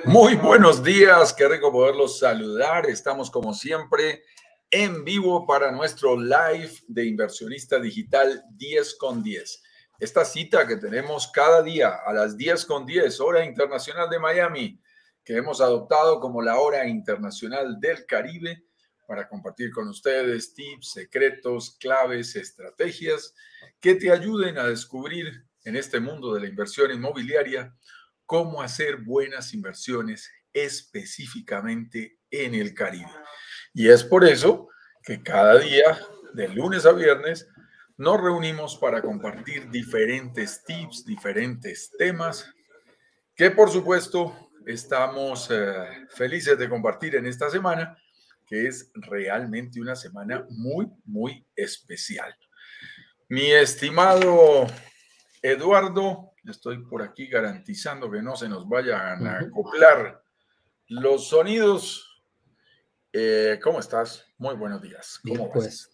Muy buenos días, qué rico poderlos saludar. Estamos como siempre en vivo para nuestro live de Inversionista Digital 10 con 10. Esta cita que tenemos cada día a las 10 con 10, hora internacional de Miami, que hemos adoptado como la hora internacional del Caribe, para compartir con ustedes tips, secretos, claves, estrategias que te ayuden a descubrir en este mundo de la inversión inmobiliaria cómo hacer buenas inversiones específicamente en el Caribe. Y es por eso que cada día, de lunes a viernes, nos reunimos para compartir diferentes tips, diferentes temas, que por supuesto estamos felices de compartir en esta semana, que es realmente una semana muy especial. Mi estimado Eduardo, estoy por aquí garantizando que no se nos vayan a acoplar los sonidos. ¿Cómo estás? Muy buenos días. ¿Cómo Bien, vas? pues,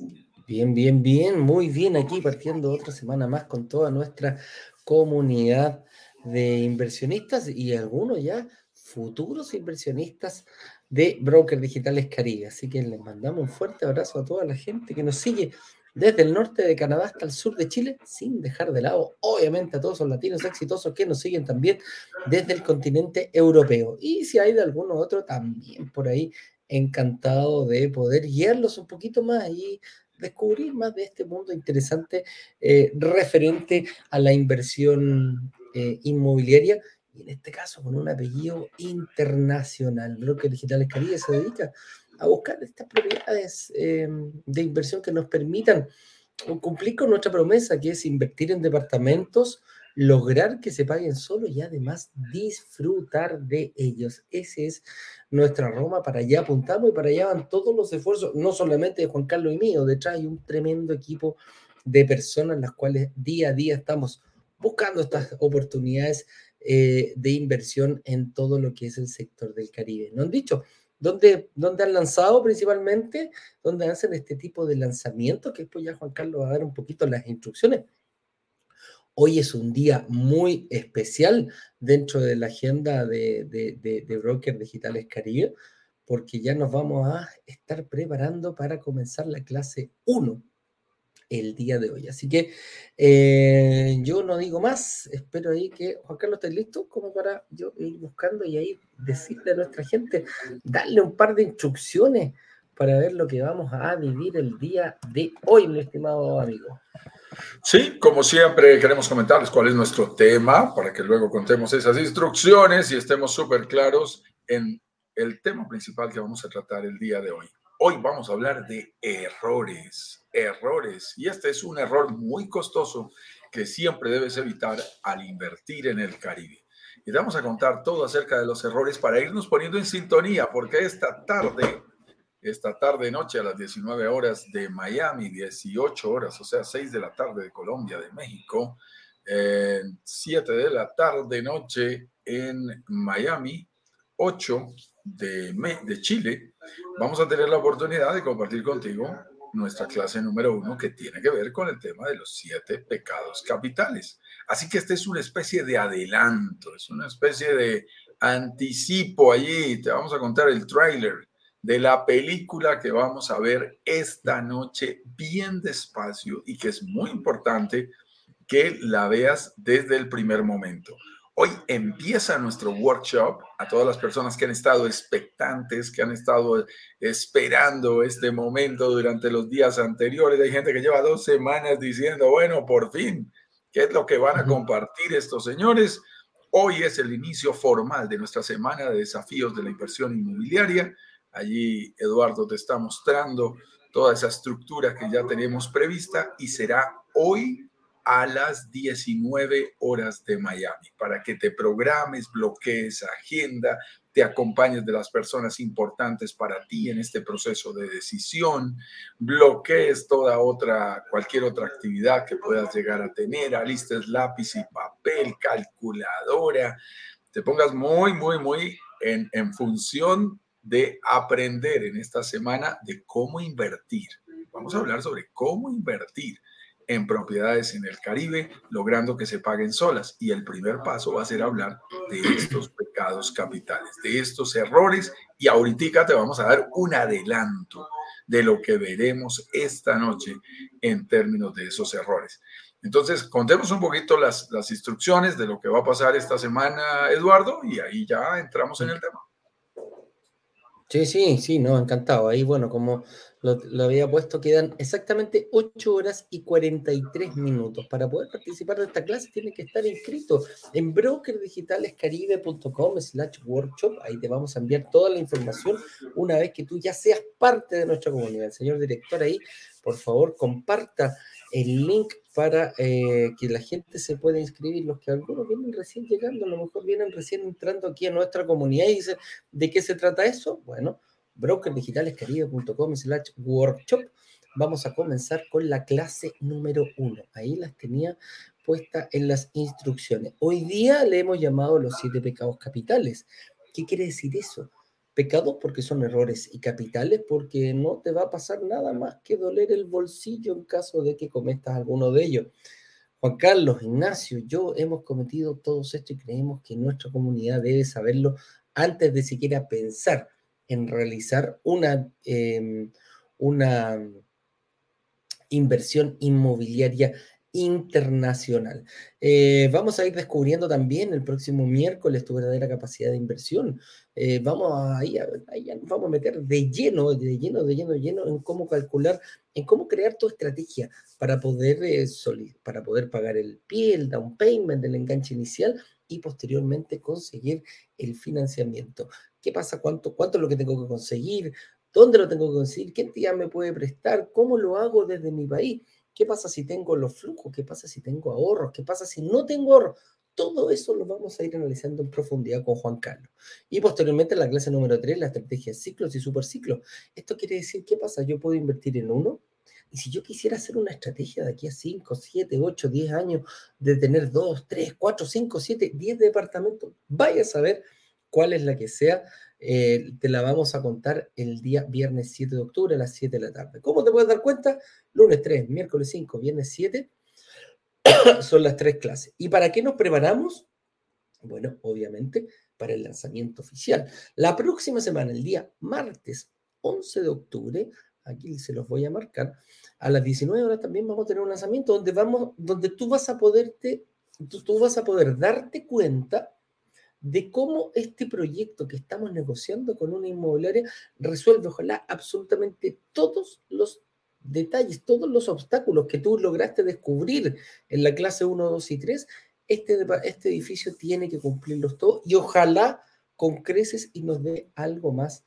muy bien aquí, partiendo otra semana más con toda nuestra comunidad de inversionistas y algunos ya futuros inversionistas de Brokers Digitales Caribe. Así que les mandamos un fuerte abrazo a toda la gente que nos sigue desde el norte de Canadá hasta el sur de Chile, sin dejar de lado, obviamente, a todos los latinos exitosos que nos siguen también desde el continente europeo. Y si hay de alguno otro, también por ahí encantado de poder guiarlos un poquito más y descubrir más de este mundo interesante referente a la inversión inmobiliaria, y en este caso con un apellido internacional. Broker Digitales Caribe se dedica a buscar estas propiedades de inversión que nos permitan cumplir con nuestra promesa, que es invertir en departamentos, lograr que se paguen solo y además disfrutar de ellos. Ese es nuestra Roma, para allá apuntamos y para allá van todos los esfuerzos, no solamente de Juan Carlos y mío. Detrás hay un tremendo equipo de personas, las cuales día a día estamos buscando estas oportunidades de inversión en todo lo que es el sector del Caribe. ¿No han dicho? ¿Dónde han lanzado principalmente? ¿Dónde hacen este tipo de lanzamientos? Que después ya Juan Carlos va a dar un poquito las instrucciones. Hoy es un día muy especial dentro de la agenda de Brokers Digitales Caribe, porque ya nos vamos a estar preparando para comenzar la clase 1 el día de hoy. Así que yo no digo más, espero ahí que Juan Carlos esté listo como para yo ir buscando y ahí decirle a nuestra gente, darle un par de instrucciones para ver lo que vamos a vivir el día de hoy, mi estimado amigo. Sí, como siempre queremos comentarles cuál es nuestro tema para que luego contemos esas instrucciones y estemos súper claros en el tema principal que vamos a tratar el día de hoy. Hoy vamos a hablar de errores, y este es un error muy costoso que siempre debes evitar al invertir en el Caribe. Y te vamos a contar todo acerca de los errores para irnos poniendo en sintonía, porque esta tarde noche a las 19 horas de Miami, 18 horas, o sea, 6 de la tarde de Colombia, de México, 7 de la tarde noche en Miami, 8 de Chile, vamos a tener la oportunidad de compartir contigo nuestra clase número 1, que tiene que ver con el tema de los 7 pecados capitales. Así que esta es una especie de adelanto, es una especie de anticipo allí. Te vamos a contar el tráiler de la película que vamos a ver esta noche bien despacio, y que es muy importante que la veas desde el primer momento. Hoy empieza nuestro workshop. A todas las personas que han estado expectantes, que han estado esperando este momento durante los días anteriores. Hay gente que lleva 2 semanas diciendo, bueno, por fin, ¿qué es lo que van a compartir estos señores? Hoy es el inicio formal de nuestra semana de desafíos de la inversión inmobiliaria. Allí Eduardo te está mostrando toda esa estructura que ya tenemos prevista, y será hoy a las 19 horas de Miami, para que te programes, bloquees agenda, te acompañes de las personas importantes para ti en este proceso de decisión, bloquees cualquier otra actividad que puedas llegar a tener, alistes lápiz y papel, calculadora, te pongas muy en función de aprender en esta semana de cómo invertir. Vamos a hablar sobre cómo invertir en propiedades en el Caribe, logrando que se paguen solas. Y el primer paso va a ser hablar de estos pecados capitales, de estos errores. Y ahorita te vamos a dar un adelanto de lo que veremos esta noche en términos de esos errores. Entonces, contemos un poquito las instrucciones de lo que va a pasar esta semana, Eduardo, y ahí ya entramos en el tema. Sí, no, encantado. Ahí, bueno, como lo había puesto, quedan exactamente 8 horas y 43 minutos. Para poder participar de esta clase tiene que estar inscrito en brokerdigitalescaribe.com/workshop. Ahí te vamos a enviar toda la información una vez que tú ya seas parte de nuestra comunidad. El señor director ahí, por favor, comparta el link para que la gente se pueda inscribir. Los que algunos vienen recién llegando, a lo mejor vienen recién entrando aquí a nuestra comunidad y dicen, ¿de qué se trata eso? Bueno, brokerdigitalescaribe.com/workshop. Vamos a comenzar con la clase número 1. Ahí las tenía puestas en las instrucciones. Hoy día le hemos llamado los 7 pecados capitales. ¿Qué quiere decir eso? Pecados porque son errores y capitales porque no te va a pasar nada más que doler el bolsillo en caso de que cometas alguno de ellos. Juan Carlos, Ignacio, yo hemos cometido todos esto y creemos que nuestra comunidad debe saberlo antes de siquiera pensar en realizar una inversión inmobiliaria internacional. Vamos a ir descubriendo también el próximo miércoles tu verdadera capacidad de inversión. Ahí nos vamos a meter de lleno en cómo calcular, en cómo crear tu estrategia para poder pagar el pie, el down payment, el enganche inicial y posteriormente conseguir el financiamiento. ¿Qué pasa? ¿Cuánto es lo que tengo que conseguir? ¿Dónde lo tengo que conseguir? ¿Qué entidad me puede prestar? ¿Cómo lo hago desde mi país? ¿Qué pasa si tengo los flujos? ¿Qué pasa si tengo ahorros? ¿Qué pasa si no tengo ahorros? Todo eso lo vamos a ir analizando en profundidad con Juan Carlos. Y posteriormente en la clase número 3, la estrategia de ciclos y superciclos. Esto quiere decir, ¿qué pasa? Yo puedo invertir en uno. Y si yo quisiera hacer una estrategia de aquí a 5, 7, 8, 10 años, de tener 2, 3, 4, 5, 7, 10 departamentos, vaya a saber cuál es la que sea. Te la vamos a contar el día viernes 7 de octubre a las 7 de la tarde. ¿Cómo te puedes dar cuenta? Lunes 3, miércoles 5, viernes 7 son las 3 clases. ¿Y para qué nos preparamos? Bueno, obviamente para el lanzamiento oficial. La próxima semana, el día martes 11 de octubre, aquí se los voy a marcar, a las 19 horas también vamos a tener un lanzamiento donde tú vas a poder darte cuenta de cómo este proyecto que estamos negociando con una inmobiliaria resuelve, ojalá, absolutamente todos los detalles, todos los obstáculos que tú lograste descubrir en la clase 1, 2 y 3. Este edificio tiene que cumplirlos todos y ojalá con creces y nos dé algo más,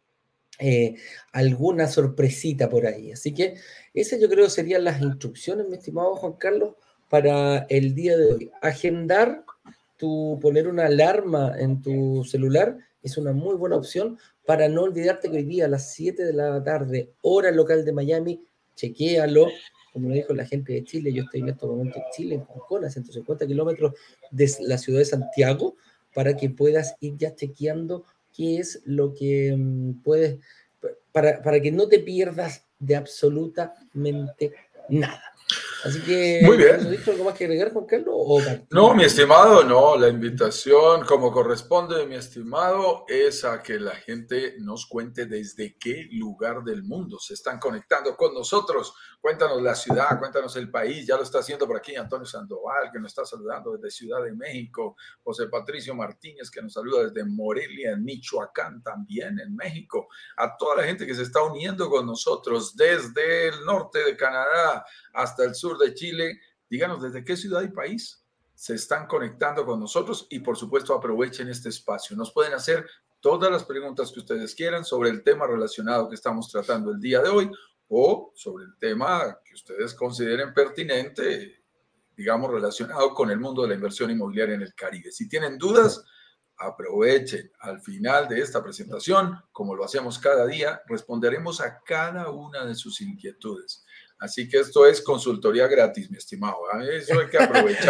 alguna sorpresita por ahí. Así que esas yo creo serían las instrucciones, mi estimado Juan Carlos, para el día de hoy. Agendar, poner una alarma en tu celular es una muy buena opción para no olvidarte que hoy día a las 7 de la tarde, hora local de Miami, chequéalo. Como lo dijo la gente de Chile, yo estoy en este momento en Chile, en Concón, a 150 kilómetros de la ciudad de Santiago, para que puedas ir ya chequeando qué es lo que puedes, para que no te pierdas de absolutamente nada. Así que, Muy con eso bien. dicho, ¿algo más que agregar, Juan Carlos? ¿O No, partimos mi con estimado, no, la invitación como corresponde, mi estimado, es a que la gente nos cuente desde qué lugar del mundo se están conectando con nosotros. Cuéntanos la ciudad, cuéntanos el país, ya lo está haciendo por aquí Antonio Sandoval, que nos está saludando desde Ciudad de México, José Patricio Martínez, que nos saluda desde Morelia, en Michoacán, también en México, a toda la gente que se está uniendo con nosotros desde el norte de Canadá hasta el sur de Chile. Díganos desde qué ciudad y país se están conectando con nosotros y por supuesto aprovechen este espacio. Nos pueden hacer todas las preguntas que ustedes quieran sobre el tema relacionado que estamos tratando el día de hoy o sobre el tema que ustedes consideren pertinente, digamos, relacionado con el mundo de la inversión inmobiliaria en el Caribe. Si tienen dudas, aprovechen. Al final de esta presentación, como lo hacemos cada día, responderemos a cada una de sus inquietudes. Así que esto es consultoría gratis, mi estimado. Eso hay que aprovecharlo.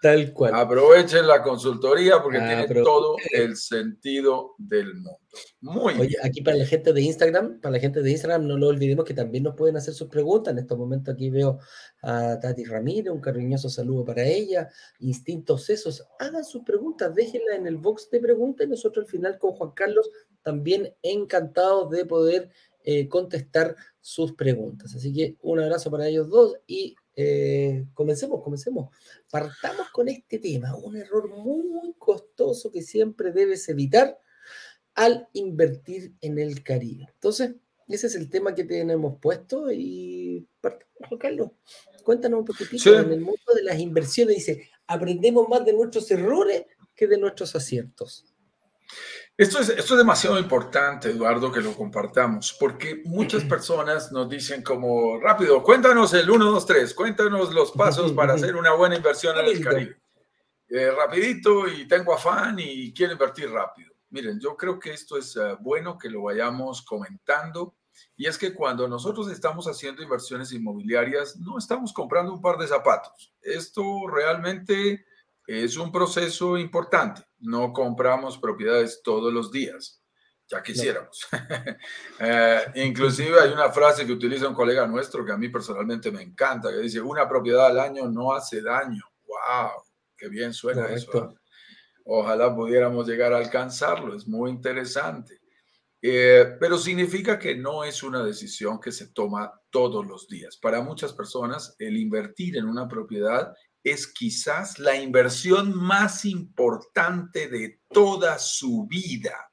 Tal cual. Aprovechen la consultoría porque tiene Pero, todo el sentido del mundo. Muy oye, bien. aquí para la gente de Instagram, no lo olvidemos que también nos pueden hacer sus preguntas. En estos momentos aquí veo a Tati Ramírez, un cariñoso saludo para ella. Instintos Esos, hagan sus preguntas, déjenlas en el box de preguntas y nosotros al final con Juan Carlos también encantados de poder contestar sus preguntas. Así que un abrazo para ellos dos y comencemos. Partamos con este tema, un error muy costoso que siempre debes evitar al invertir en el Caribe. Entonces, ese es el tema que tenemos puesto y partamos, Juan Carlos. Cuéntanos un Sí, poquitito, en el mundo de las inversiones dice, aprendemos más de nuestros errores que de nuestros aciertos. esto es demasiado importante, Eduardo, que lo compartamos, porque muchas personas nos dicen como, rápido, cuéntanos el 1, 2, 3, cuéntanos los pasos para hacer una buena inversión en el Rapidito. Caribe. Rapidito y tengo afán y quiero invertir rápido. Miren, yo creo que esto es bueno que lo vayamos comentando. Y es que cuando nosotros estamos haciendo inversiones inmobiliarias, no estamos comprando un par de zapatos. Esto realmente es un proceso importante. No compramos propiedades todos los días. Ya quisiéramos. Inclusive hay una frase que utiliza un colega nuestro que a mí personalmente me encanta, que dice, una propiedad al año no hace daño. ¡Wow! Qué bien suena eso, ¿eh? Ojalá pudiéramos llegar a alcanzarlo, es muy interesante. Pero significa que no es una decisión que se toma todos los días. Para muchas personas, el invertir en una propiedad es quizás la inversión más importante de toda su vida.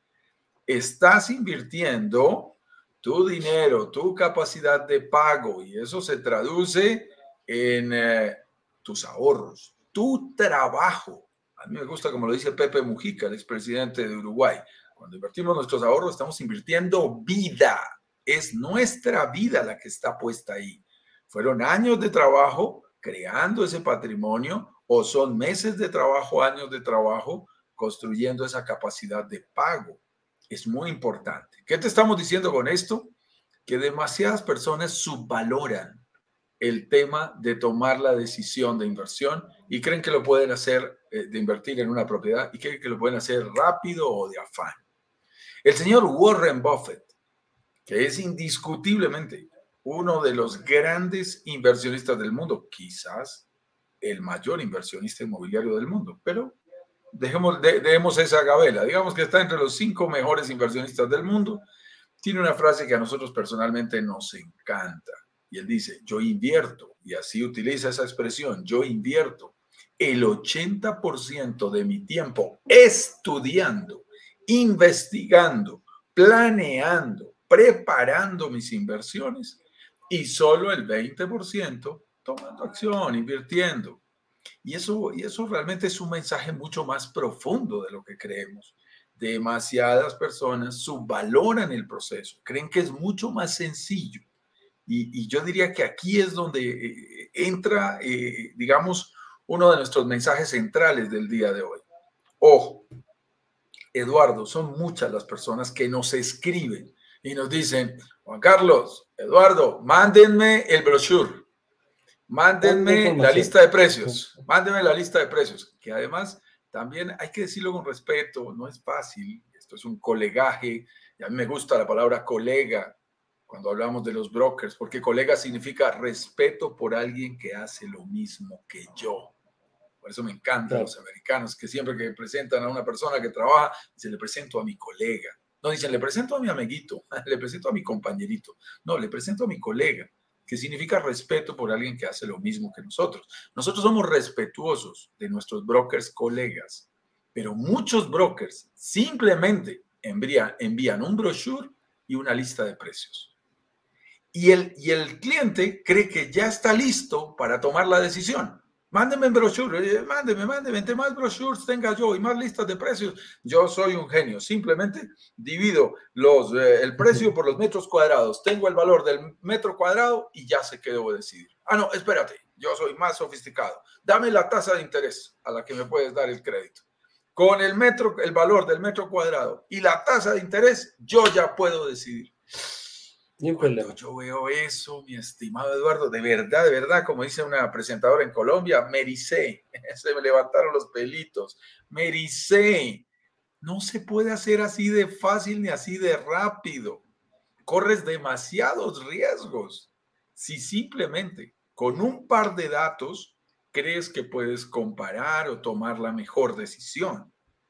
Estás invirtiendo tu dinero, tu capacidad de pago, y eso se traduce en tus ahorros, tu trabajo. A mí me gusta como lo dice Pepe Mujica, el expresidente de Uruguay. Cuando invertimos nuestros ahorros, estamos invirtiendo vida. Es nuestra vida la que está puesta ahí. Fueron años de trabajo creando ese patrimonio o son meses de trabajo, años de trabajo construyendo esa capacidad de pago. Es muy importante. ¿Qué te estamos diciendo con esto? Que demasiadas personas subvaloran el tema de tomar la decisión de inversión y creen que lo pueden hacer, de invertir en una propiedad, y creen que lo pueden hacer rápido o de afán. El señor Warren Buffett, que es indiscutiblemente uno de los grandes inversionistas del mundo, quizás el mayor inversionista inmobiliario del mundo, pero dejemos esa gabela. Digamos que está entre los 5 mejores inversionistas del mundo. Tiene una frase que a nosotros personalmente nos encanta. Y él dice, yo invierto, y así utiliza esa expresión, yo invierto el 80% de mi tiempo estudiando, investigando, planeando, preparando mis inversiones y solo el 20% tomando acción, invirtiendo. Y eso realmente es un mensaje mucho más profundo de lo que creemos. Demasiadas personas subvaloran el proceso, creen que es mucho más sencillo. Y yo diría que aquí es donde entra, digamos, uno de nuestros mensajes centrales del día de hoy. Ojo, Eduardo, son muchas las personas que nos escriben y nos dicen, Juan Carlos, Eduardo, mándenme el brochure. Mándenme la lista de precios, mándenme la lista de precios, que además también hay que decirlo con respeto, no es fácil, esto es un colegaje, y a mí me gusta la palabra colega cuando hablamos de los brokers, porque colega significa respeto por alguien que hace lo mismo que yo. Por eso me encantan los americanos, que siempre que presentan a una persona que trabaja, dicen, le presento a mi colega. No dicen, le presento a mi amiguito, le presento a mi compañerito. No, le presento a mi colega, que significa respeto por alguien que hace lo mismo que nosotros. Nosotros somos respetuosos de nuestros brokers colegas, pero muchos brokers simplemente envían un brochure y una lista de precios. Y el cliente cree que ya está listo para tomar la decisión. Mándeme brochure, mándeme, entre más brochures tenga yo y más listas de precios, yo soy un genio. Simplemente divido el precio por los metros cuadrados, tengo el valor del metro cuadrado y ya sé qué debo decidir. Ah, no, espérate, yo soy más sofisticado. Dame la tasa de interés a la que me puedes dar el crédito. Con el valor del metro cuadrado y la tasa de interés, yo ya puedo decidir. Ni un Cuando problema. yo veo eso, mi estimado Eduardo, de verdad, como dice una presentadora en Colombia, me ericé, se me levantaron los pelitos, me ericé. No se puede hacer así de fácil ni así de rápido. Corres demasiados riesgos. Si simplemente con un par de datos crees que puedes comparar o tomar la mejor decisión,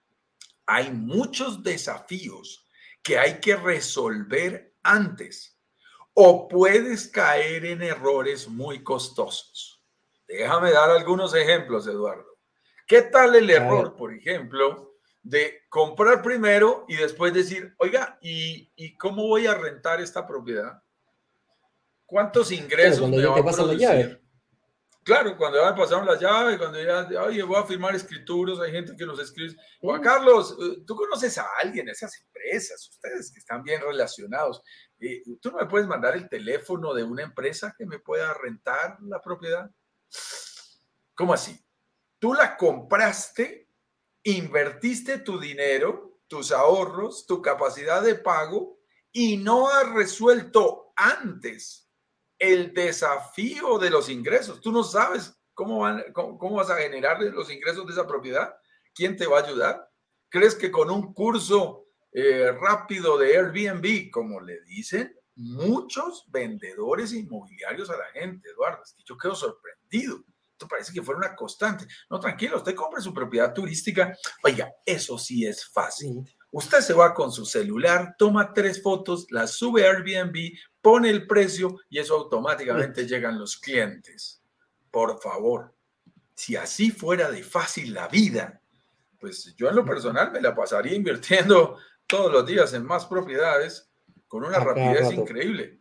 hay muchos desafíos que hay que resolver antes o puedes caer en errores muy costosos. Déjame dar algunos ejemplos, Eduardo. ¿Qué tal el A ver, error, por ejemplo, de comprar primero y después decir, oiga, ¿y cómo voy a rentar esta propiedad? ¿Cuántos claro, ingresos cuando me ya va te a pasan las llaves. producir? Claro, cuando ya me pasaron las llaves, cuando ya, oye, voy a firmar escrituras, hay gente que nos escribe, Juan Mm, Carlos, tú conoces a alguien, esas empresas, ustedes que están bien relacionados, ¿tú no me puedes mandar el teléfono de una empresa que me pueda rentar la propiedad? ¿Cómo así? Tú la compraste, invertiste tu dinero, tus ahorros, tu capacidad de pago y no has resuelto antes el desafío de los ingresos. Tú no sabes cómo vas a generar los ingresos de esa propiedad. ¿Quién te va a ayudar? ¿Crees que con un curso rápido de Airbnb, como le dicen muchos vendedores inmobiliarios a la gente, Eduardo? Es que yo quedo sorprendido. Esto parece que fuera una constante. No, tranquilo, usted compre su propiedad turística. Oiga, eso sí es fácil. mm, Usted se va con su celular, toma 3 fotos, las sube a Airbnb, pone el precio y eso listo. automáticamente llegan los clientes. Por favor, si así fuera de fácil la vida, pues yo en lo personal me la pasaría invirtiendo todos los días en más propiedades con una A cada rapidez rato. increíble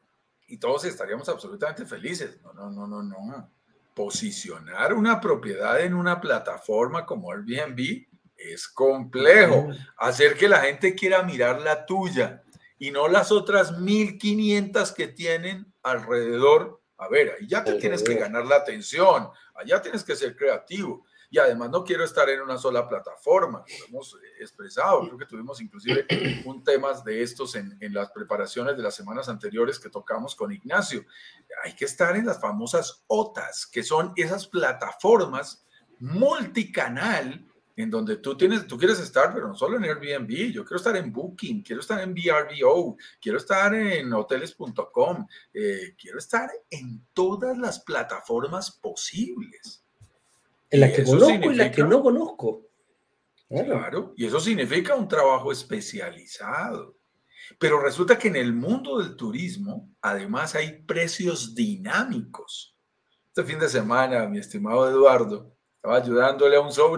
y todos estaríamos absolutamente felices. No. Posicionar una propiedad en una plataforma como Airbnb es complejo. Mm, Hacer que la gente quiera mirar la tuya y no las otras 1.500 que tienen alrededor. A ver, ahí ya te tienes que alrededor. ganar la atención, allá tienes que ser creativo. Y además no quiero estar en una sola plataforma, lo hemos expresado, creo que tuvimos inclusive un tema de estos en las preparaciones de las semanas anteriores que tocamos con Ignacio. Hay que estar en las famosas OTAs, que son esas plataformas multicanal en donde tú quieres estar, pero no solo en Airbnb, yo quiero estar en Booking, quiero estar en VRBO, quiero estar en hoteles.com, quiero estar en todas las plataformas posibles. En Y las que eso conozco y las que significa, no conozco. Claro. claro, y eso significa un trabajo especializado. Pero resulta que en el mundo del turismo, además, hay precios dinámicos. Este fin de semana, mi estimado Eduardo, estaba ayudándole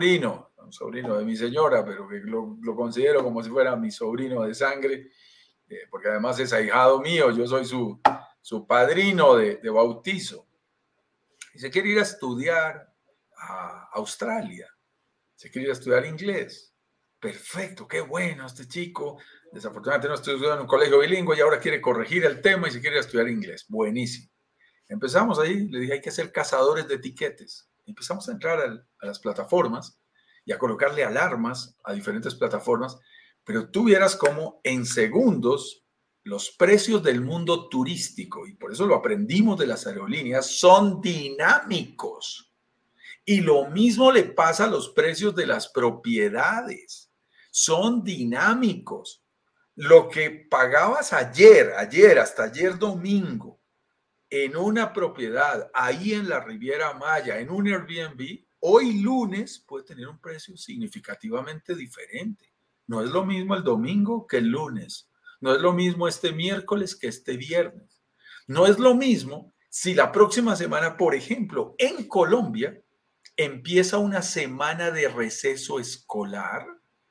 a un sobrino de mi señora, pero que lo considero como si fuera mi sobrino de sangre, porque además es ahijado mío, yo soy su padrino de bautizo. Y se quiere ir a estudiar a Australia, se quiere ir a estudiar inglés. Perfecto, qué bueno este chico. Desafortunadamente no estudió en un colegio bilingüe y ahora quiere corregir el tema y se quiere ir a estudiar inglés. Buenísimo. Empezamos ahí, le dije, hay que ser cazadores de etiquetes. Empezamos a entrar a las plataformas y a colocarle alarmas a diferentes plataformas, pero tú vieras cómo en segundos los precios del mundo turístico, y por eso lo aprendimos de las aerolíneas, son dinámicos. Y lo mismo le pasa a los precios de las propiedades. Son dinámicos. Lo que pagabas hasta ayer domingo, en una propiedad ahí en la Riviera Maya, en un Airbnb, hoy lunes puede tener un precio significativamente diferente. No es lo mismo el domingo que el lunes. No es lo mismo este miércoles que este viernes. No es lo mismo si la próxima semana, por ejemplo, en Colombia, empieza una semana de receso escolar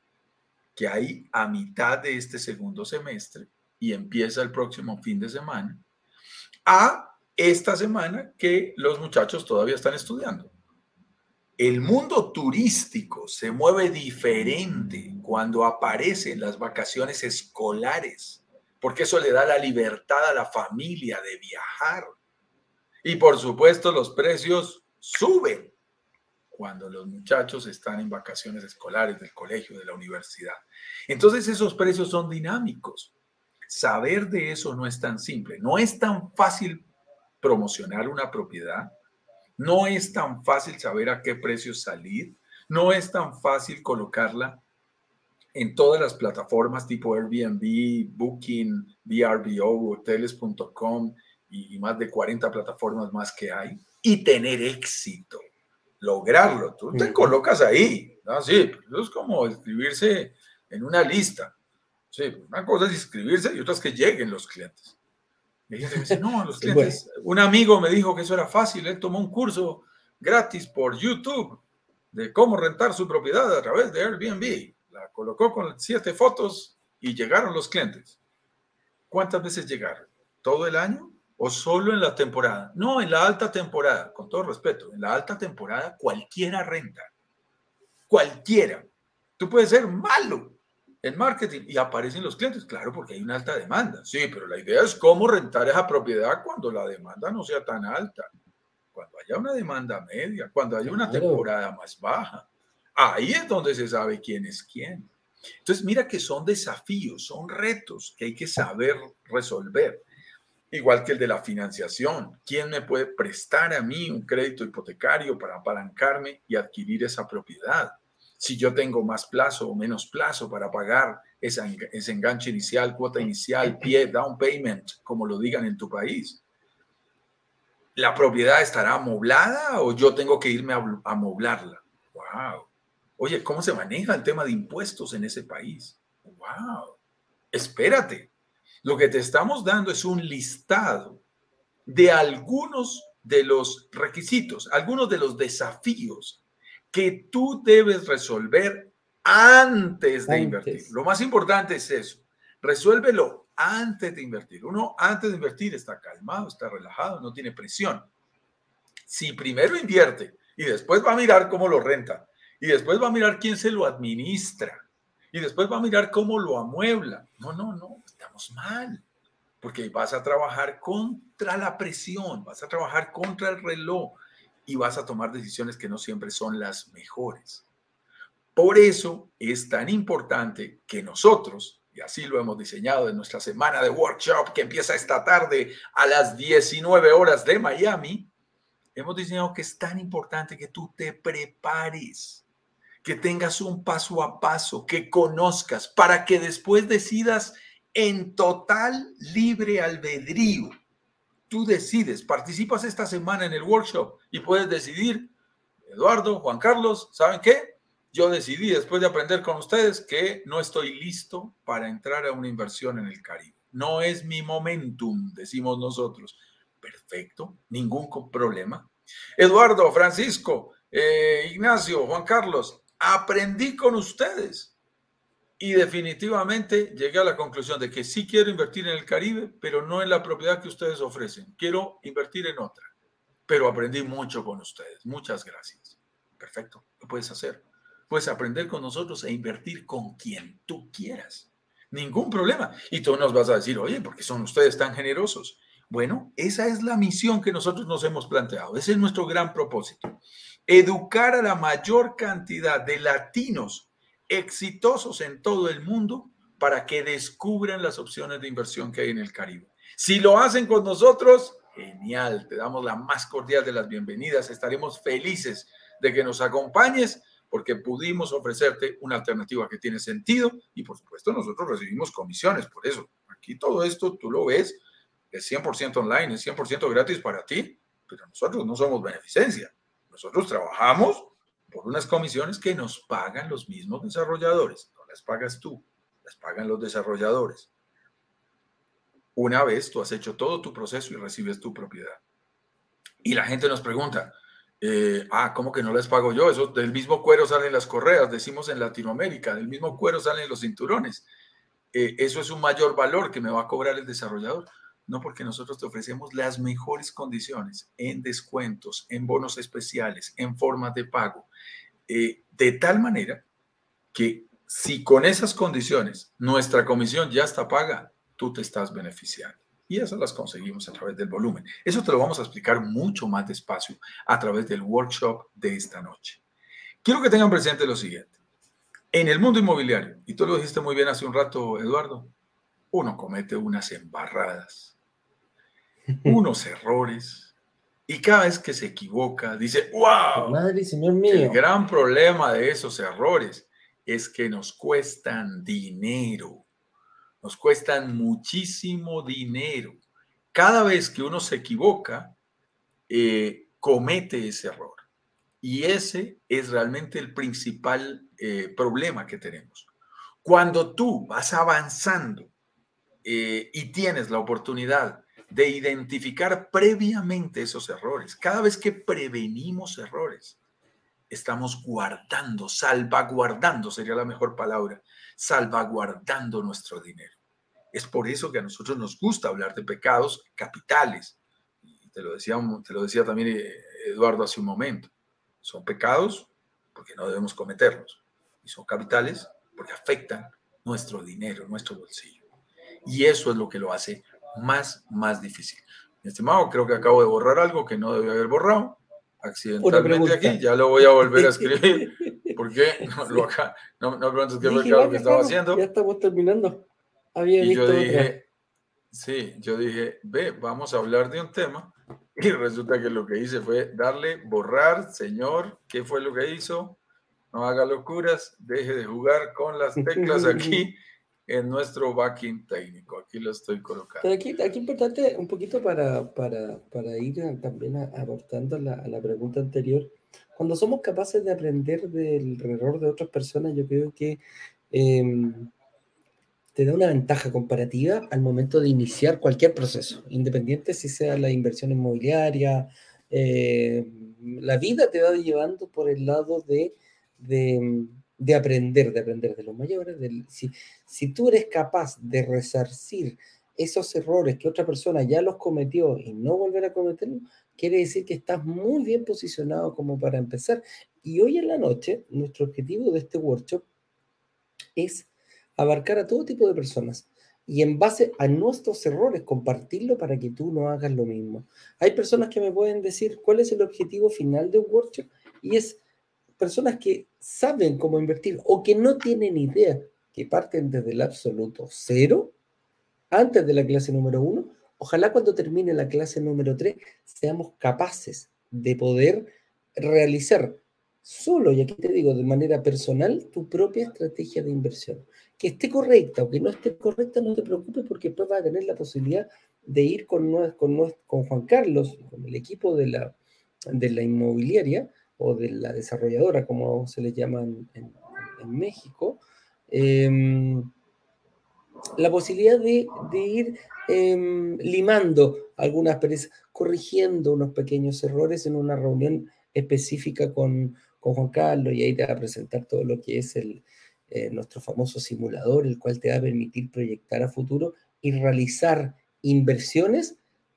que hay a mitad de este segundo semestre y empieza el próximo fin de semana, a esta semana que los muchachos todavía están estudiando. El mundo turístico se mueve diferente cuando aparecen las vacaciones escolares, porque eso le da la libertad a la familia de viajar. Y por supuesto los precios suben cuando los muchachos están en vacaciones escolares del colegio, de la universidad. Entonces esos precios son dinámicos. Saber de eso no es tan simple. No es tan fácil promocionar una propiedad. No es tan fácil saber a qué precio salir. No es tan fácil colocarla en todas las plataformas tipo Airbnb, Booking, VRBO, hoteles.com y más de 40 plataformas más que hay y tener éxito, lograrlo. Tú te colocas ahí, ¿no? Sí, eso es como inscribirse en una lista. Sí, una cosa es inscribirse y otra es que lleguen los clientes. Y hay gente que me dice, no, los clientes, un amigo me dijo que eso era fácil, él tomó un curso gratis por YouTube de cómo rentar su propiedad a través de Airbnb. La colocó con 7 fotos y llegaron los clientes. ¿Cuántas veces llegaron? ¿Todo el año o solo en la temporada? No, en la alta temporada, con todo respeto, en la alta temporada cualquiera renta. Cualquiera. Tú puedes ser malo en marketing y aparecen los clientes, claro, porque hay una alta demanda. Sí, pero la idea es cómo rentar esa propiedad cuando la demanda no sea tan alta. Cuando haya una demanda media, cuando haya una temporada más baja. Ahí es donde se sabe quién es quién. Entonces, mira que son desafíos, son retos que hay que saber resolver. Igual que el de la financiación. ¿Quién me puede prestar a mí un crédito hipotecario para apalancarme y adquirir esa propiedad? Si yo tengo más plazo o menos plazo para pagar ese enganche inicial, cuota inicial, pie, down payment, como lo digan en tu país. ¿La propiedad estará amoblada o yo tengo que irme a amoblarla? ¡Wow! Oye, ¿cómo se maneja el tema de impuestos en ese país? ¡Wow! Espérate. Lo que te estamos dando es un listado de algunos de los requisitos, algunos de los desafíos que tú debes resolver antes de invertir. Lo más importante es eso. Resuélvelo antes de invertir. Uno antes de invertir está calmado, está relajado, no tiene presión. Si primero invierte y después va a mirar cómo lo renta y después va a mirar quién se lo administra y después va a mirar cómo lo amuebla. No, estamos mal. Porque vas a trabajar contra la presión, vas a trabajar contra el reloj y vas a tomar decisiones que no siempre son las mejores. Por eso es tan importante que nosotros, y así lo hemos diseñado en nuestra semana de workshop que empieza esta tarde a las 19 horas de Miami, hemos diseñado que es tan importante que tú te prepares, que tengas un paso a paso, que conozcas, para que después decidas en total libre albedrío. Tú decides, participas esta semana en el workshop y puedes decidir, Eduardo, Juan Carlos, ¿saben qué? Yo decidí después de aprender con ustedes que no estoy listo para entrar a una inversión en el Caribe. No es mi momentum, decimos nosotros. Perfecto, ningún problema. Eduardo, Francisco, Ignacio, Juan Carlos, aprendí con ustedes y definitivamente llegué a la conclusión de que sí quiero invertir en el Caribe, pero no en la propiedad que ustedes ofrecen. Quiero invertir en otra, pero aprendí mucho con ustedes. Muchas gracias. Perfecto, lo puedes hacer. Puedes aprender con nosotros e invertir con quien tú quieras. Ningún problema. Y tú nos vas a decir, oye, ¿por qué son ustedes tan generosos? Bueno, esa es la misión que nosotros nos hemos planteado. Ese es nuestro gran propósito. Educar a la mayor cantidad de latinos exitosos en todo el mundo para que descubran las opciones de inversión que hay en el Caribe. Si lo hacen con nosotros, genial, te damos la más cordial de las bienvenidas. Estaremos felices de que nos acompañes porque pudimos ofrecerte una alternativa que tiene sentido y por supuesto nosotros recibimos comisiones por eso. Aquí todo esto tú lo ves, es 100% online, es 100% gratis para ti, pero nosotros no somos beneficencia. Nosotros trabajamos por unas comisiones que nos pagan los mismos desarrolladores. No las pagas tú, las pagan los desarrolladores. Una vez tú has hecho todo tu proceso y recibes tu propiedad. Y la gente nos pregunta, ¿cómo que no les pago yo? Eso del mismo cuero salen las correas, decimos en Latinoamérica, del mismo cuero salen los cinturones. Eso es un mayor valor que me va a cobrar el desarrollador. No, porque nosotros te ofrecemos las mejores condiciones en descuentos, en bonos especiales, en formas de pago, de tal manera que si con esas condiciones nuestra comisión ya está paga, tú te estás beneficiando. Y eso las conseguimos a través del volumen. Eso te lo vamos a explicar mucho más despacio a través del workshop de esta noche. Quiero que tengan presente lo siguiente. En el mundo inmobiliario, y tú lo dijiste muy bien hace un rato, Eduardo, uno comete unas embarradas, unos errores, y cada vez que se equivoca, dice, wow, Madre y Señor el mío. gran problema de esos errores es que nos cuestan dinero, nos cuestan muchísimo dinero. Cada vez que uno se equivoca, comete ese error. Y ese es realmente el principal problema que tenemos. Cuando tú vas avanzando y tienes la oportunidad de identificar previamente esos errores, cada vez que prevenimos errores, estamos guardando, salvaguardando, sería la mejor palabra, salvaguardando nuestro dinero. Es por eso que a nosotros nos gusta hablar de pecados capitales. Y te lo decía también Eduardo hace un momento. Son pecados porque no debemos cometerlos. Y son capitales porque afectan nuestro dinero, nuestro bolsillo. Y eso es lo que lo hace más difícil. Mi estimado, creo que acabo de borrar algo que no debía haber borrado Una accidentalmente aquí. pregunta. Ya lo voy a volver a escribir porque no me preguntes qué fue Dije, lo va, que qué estaba raro, ya haciendo. estamos terminando. Había Y yo visto otra. dije, sí, yo dije, ve, vamos a hablar de un tema. Y resulta que lo que hice fue darle, borrar, señor, ¿qué fue lo que hizo? No haga locuras, deje de jugar con las teclas aquí en nuestro backing técnico. Aquí lo estoy colocando. Pero aquí importante un poquito para ir también aportando a la pregunta anterior. Cuando somos capaces de aprender del error de otras personas, yo creo que te da una ventaja comparativa al momento de iniciar cualquier proceso, independiente si sea la inversión inmobiliaria, la vida te va llevando por el lado de, de aprender de los mayores. Si tú eres capaz de resarcir esos errores que otra persona ya los cometió y no volver a cometerlos, quiere decir que estás muy bien posicionado como para empezar. Y hoy en la noche, nuestro objetivo de este workshop es abarcar a todo tipo de personas y en base a nuestros errores compartirlo para que tú no hagas lo mismo. Hay personas que me pueden decir cuál es el objetivo final de un workshop y es personas que saben cómo invertir o que no tienen idea, que parten desde el absoluto cero, antes de la clase número uno. Ojalá cuando termine la clase número 3 seamos capaces de poder realizar solo, y aquí te digo, de manera personal, tu propia estrategia de inversión. Que esté correcta o que no esté correcta, no te preocupes porque después vas a tener la posibilidad de ir con Juan Carlos, con el equipo de la inmobiliaria o de la desarrolladora, como se le llama en México, eh, la posibilidad de ir limando algunas perezas, corrigiendo unos pequeños errores en una reunión específica con Juan Carlos, y ahí te va a presentar todo lo que es nuestro famoso simulador, el cual te va a permitir proyectar a futuro y realizar inversiones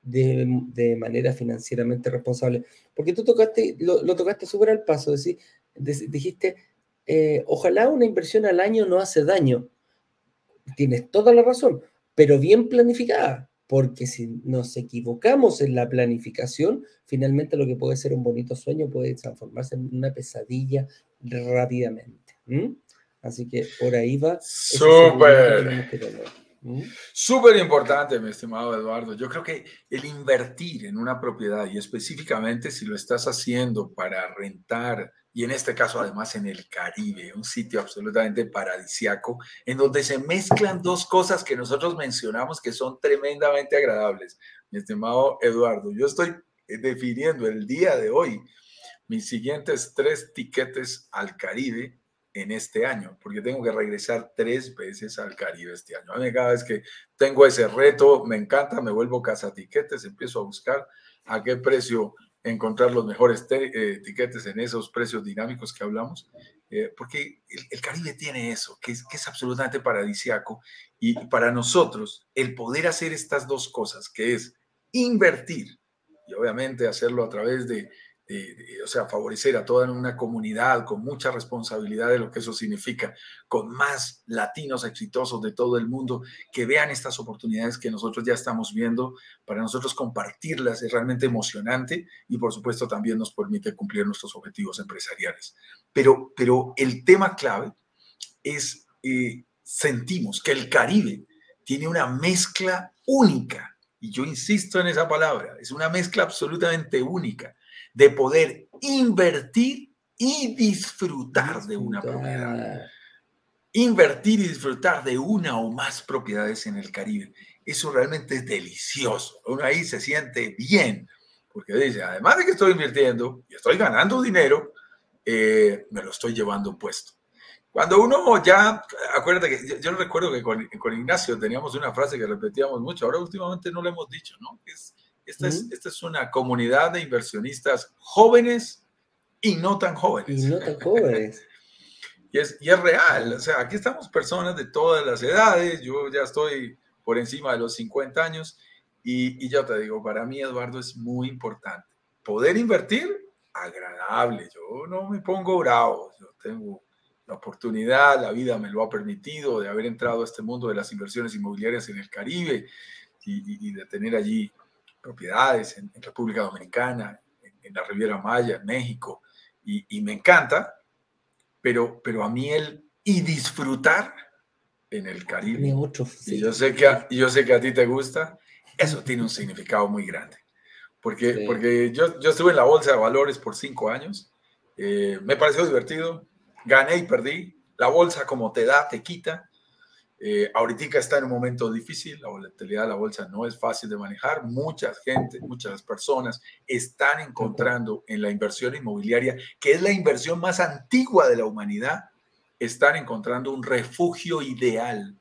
de manera financieramente responsable. Porque tú lo tocaste súper al paso, dijiste, ojalá una inversión al año no hace daño. Tienes toda la razón, pero bien planificada, porque si nos equivocamos en la planificación, finalmente lo que puede ser un bonito sueño puede transformarse en una pesadilla rápidamente. ¿Mm? Así que por ahí va esa seguridad que Súper. tenemos que tener. ¿Mm? Súper importante, mi estimado Eduardo. Yo creo que el invertir en una propiedad y específicamente si lo estás haciendo para rentar y en este caso además en el Caribe, un sitio absolutamente paradisiaco, en donde se mezclan dos cosas que nosotros mencionamos que son tremendamente agradables. Mi estimado Eduardo, yo estoy definiendo el día de hoy mis siguientes 3 tiquetes al Caribe en este año, porque tengo que regresar 3 veces al Caribe este año. A mí cada vez que tengo ese reto, me encanta, me vuelvo cazatiquetes, empiezo a buscar a qué precio encontrar los mejores tiquetes en esos precios dinámicos que hablamos, porque el Caribe tiene eso, que es absolutamente paradisiaco, y para nosotros el poder hacer estas dos cosas, que es invertir y obviamente hacerlo a través o sea, favorecer a toda una comunidad con mucha responsabilidad de lo que eso significa, con más latinos exitosos de todo el mundo que vean estas oportunidades que nosotros ya estamos viendo, para nosotros compartirlas es realmente emocionante y por supuesto también nos permite cumplir nuestros objetivos empresariales. Pero el tema clave es, sentimos que el Caribe tiene una mezcla única, y yo insisto en esa palabra, es una mezcla absolutamente única de poder invertir y disfrutar de una propiedad. Invertir y disfrutar de una o más propiedades en el Caribe. Eso realmente es delicioso. Uno ahí se siente bien, porque dice, además de que estoy invirtiendo y estoy ganando dinero, me lo estoy llevando puesto. Cuando uno ya, acuérdate que yo recuerdo que con Ignacio teníamos una frase que repetíamos mucho, ahora últimamente no lo hemos dicho, ¿no? Esta es una comunidad de inversionistas jóvenes y no tan jóvenes. Y no tan jóvenes. Y es real, o sea, aquí estamos personas de todas las edades, yo ya estoy por encima de los 50 años y ya te digo, para mí, Eduardo, es muy importante. Poder invertir, agradable, yo no me pongo bravo, yo tengo la oportunidad, la vida me lo ha permitido de haber entrado a este mundo de las inversiones inmobiliarias en el Caribe y de tener allí propiedades en República Dominicana, en la Riviera Maya, en México, y me encanta. Pero a mí y disfrutar en el Caribe, Tiene otro, y sí. yo sé que a ti te gusta, eso tiene un significado muy grande. Porque yo estuve en la Bolsa de Valores por 5 años, me pareció divertido, gané y perdí, la bolsa como te da, te quita. Ahorita está en un momento difícil, la volatilidad de la bolsa no es fácil de manejar, muchas personas están encontrando en la inversión inmobiliaria, que es la inversión más antigua de la humanidad, están encontrando un refugio ideal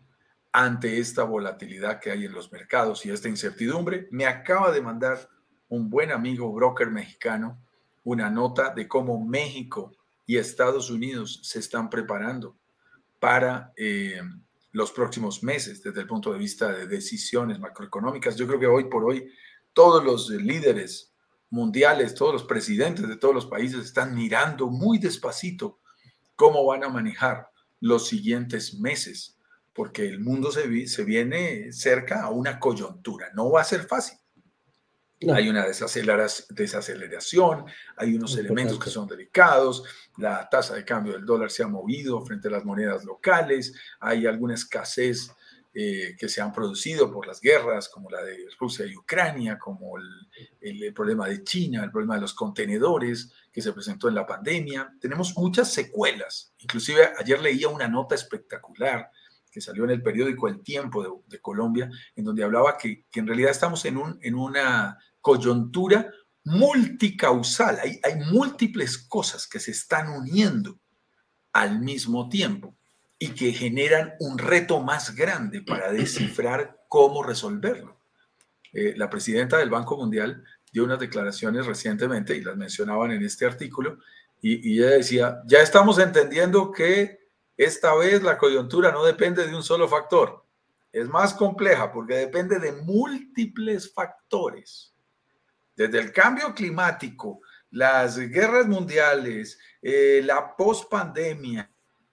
ante esta volatilidad que hay en los mercados y esta incertidumbre. Me acaba de mandar un buen amigo broker mexicano una nota de cómo México y Estados Unidos se están preparando para los próximos meses desde el punto de vista de decisiones macroeconómicas. Yo creo que hoy por hoy todos los líderes mundiales, todos los presidentes de todos los países están mirando muy despacito cómo van a manejar los siguientes meses, porque el mundo se viene cerca a una coyuntura. No va a ser fácil. No. Hay una desaceleración, hay unos elementos que son delicados, la tasa de cambio del dólar se ha movido frente a las monedas locales, hay alguna escasez que se han producido por las guerras, como la de Rusia y Ucrania, como el problema de China, el problema de los contenedores que se presentó en la pandemia. Tenemos muchas secuelas. Inclusive ayer leía una nota espectacular que salió en el periódico El Tiempo de Colombia, en donde hablaba que en realidad estamos en una coyuntura multicausal. Hay múltiples cosas que se están uniendo al mismo tiempo y que generan un reto más grande para descifrar cómo resolverlo. La presidenta del Banco Mundial dio unas declaraciones recientemente y las mencionaban en este artículo y ella decía, ya estamos entendiendo que esta vez la coyuntura no depende de un solo factor, es más compleja porque depende de múltiples factores. Desde el cambio climático, las guerras mundiales, la pospandemia,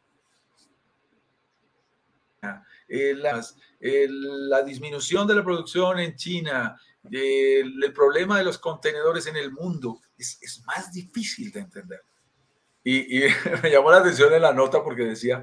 la disminución de la producción en China, el problema de los contenedores en el mundo, es más difícil de entender. Y me llamó la atención en la nota porque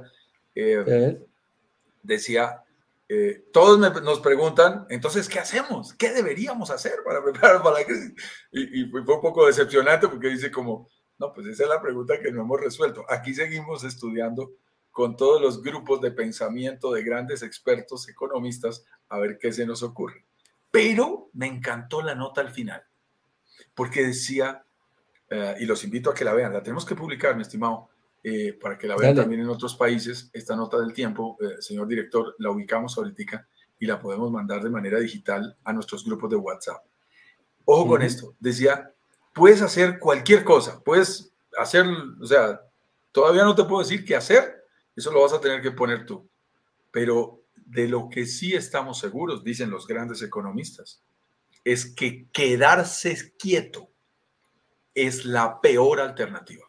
decía, todos nos preguntan, entonces, ¿qué hacemos? ¿Qué deberíamos hacer para preparar para la crisis? Y fue un poco decepcionante porque dice como, no, pues esa es la pregunta que no hemos resuelto. Aquí seguimos estudiando con todos los grupos de pensamiento de grandes expertos economistas a ver qué se nos ocurre. Pero me encantó la nota al final, porque decía, y los invito a que la vean, la tenemos que publicar, mi estimado, para que la vean también en otros países. Esta nota del Tiempo, señor director, la ubicamos ahorita y la podemos mandar de manera digital a nuestros grupos de WhatsApp. Ojo con esto, decía, puedes hacer cualquier cosa, puedes hacer, o sea, todavía no te puedo decir qué hacer, eso lo vas a tener que poner tú, pero de lo que sí estamos seguros, dicen los grandes economistas, es que quedarse quieto es la peor alternativa.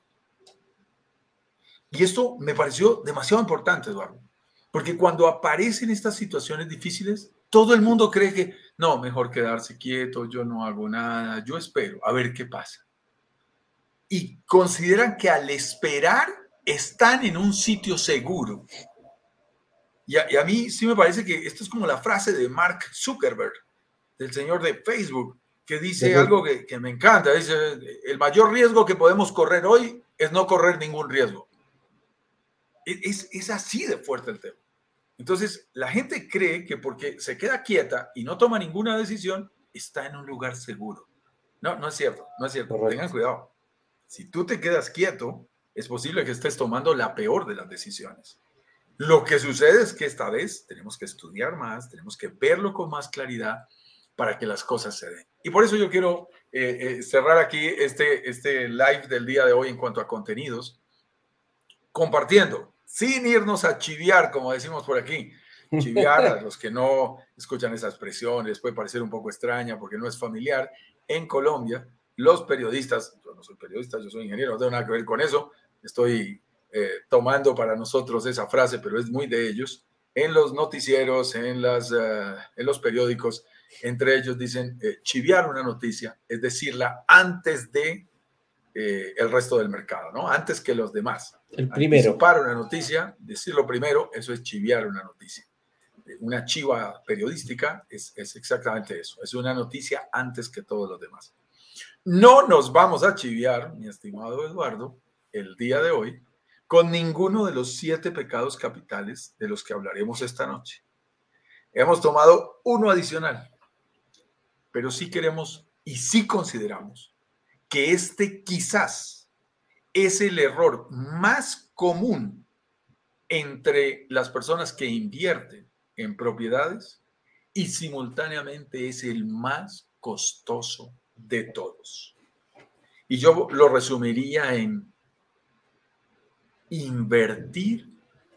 Y esto me pareció demasiado importante, Eduardo, porque cuando aparecen estas situaciones difíciles, todo el mundo cree que, no, mejor quedarse quieto, yo no hago nada, yo espero, a ver qué pasa. Y consideran que al esperar están en un sitio seguro. Y a mí sí me parece que esto es como la frase de Mark Zuckerberg, del señor de Facebook, que dice algo que me encanta. Dice, el mayor riesgo que podemos correr hoy es no correr ningún riesgo. Es así de fuerte el tema. Entonces, la gente cree que porque se queda quieta y no toma ninguna decisión, está en un lugar seguro. No, no es cierto, no es cierto. Correcto. Tengan cuidado. Si tú te quedas quieto, es posible que estés tomando la peor de las decisiones. Lo que sucede es que esta vez tenemos que estudiar más, tenemos que verlo con más claridad para que las cosas se den. Y por eso yo quiero cerrar aquí este live del día de hoy en cuanto a contenidos, compartiendo, sin irnos a chiviar, como decimos por aquí. Chiviar, a los que no escuchan esa expresión, les puede parecer un poco extraña porque no es familiar. En Colombia, los periodistas, yo no soy periodista, yo soy ingeniero, no tengo nada que ver con eso, estoy tomando para nosotros esa frase, pero es muy de ellos. En los noticieros, en los periódicos, entre ellos dicen chiviar una noticia, es decirla antes de el resto del mercado, ¿no? Antes que los demás. El primero. Anticipar una noticia, decirlo primero, eso es chiviar una noticia. Una chiva periodística es exactamente eso, es una noticia antes que todos los demás. No nos vamos a chiviar, mi estimado Eduardo, el día de hoy, con ninguno de los 7 pecados capitales de los que hablaremos esta noche. Hemos tomado uno adicional, pero sí queremos y sí consideramos que este quizás es el error más común entre las personas que invierten en propiedades y simultáneamente es el más costoso de todos. Y yo lo resumiría en invertir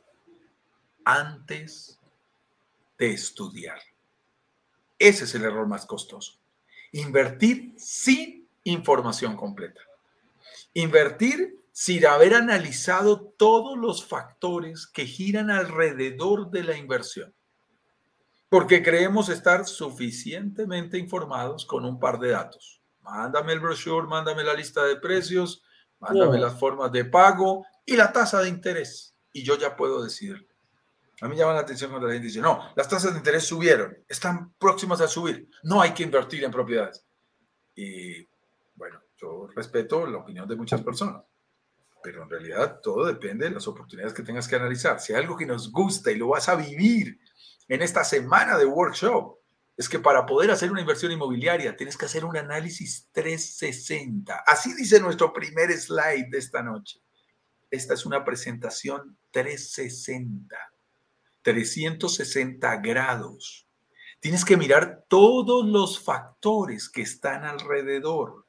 antes de estudiar. Ese es el error más costoso. Invertir sin información completa. Invertir sin haber analizado todos los factores que giran alrededor de la inversión. Porque creemos estar suficientemente informados con un par de datos. Mándame el brochure, mándame la lista de precios, mándame las formas de pago y la tasa de interés. Y yo ya puedo decidir. A mí me llama la atención cuando la gente dice, no, las tasas de interés subieron, están próximas a subir, no hay que invertir en propiedades. Y bueno, yo respeto la opinión de muchas personas, pero en realidad todo depende de las oportunidades que tengas que analizar. Si hay algo que nos gusta y lo vas a vivir en esta semana de workshop, es que para poder hacer una inversión inmobiliaria tienes que hacer un análisis 360. Así dice nuestro primer slide de esta noche. Esta es una presentación 360, 360 grados. Tienes que mirar todos los factores que están alrededor.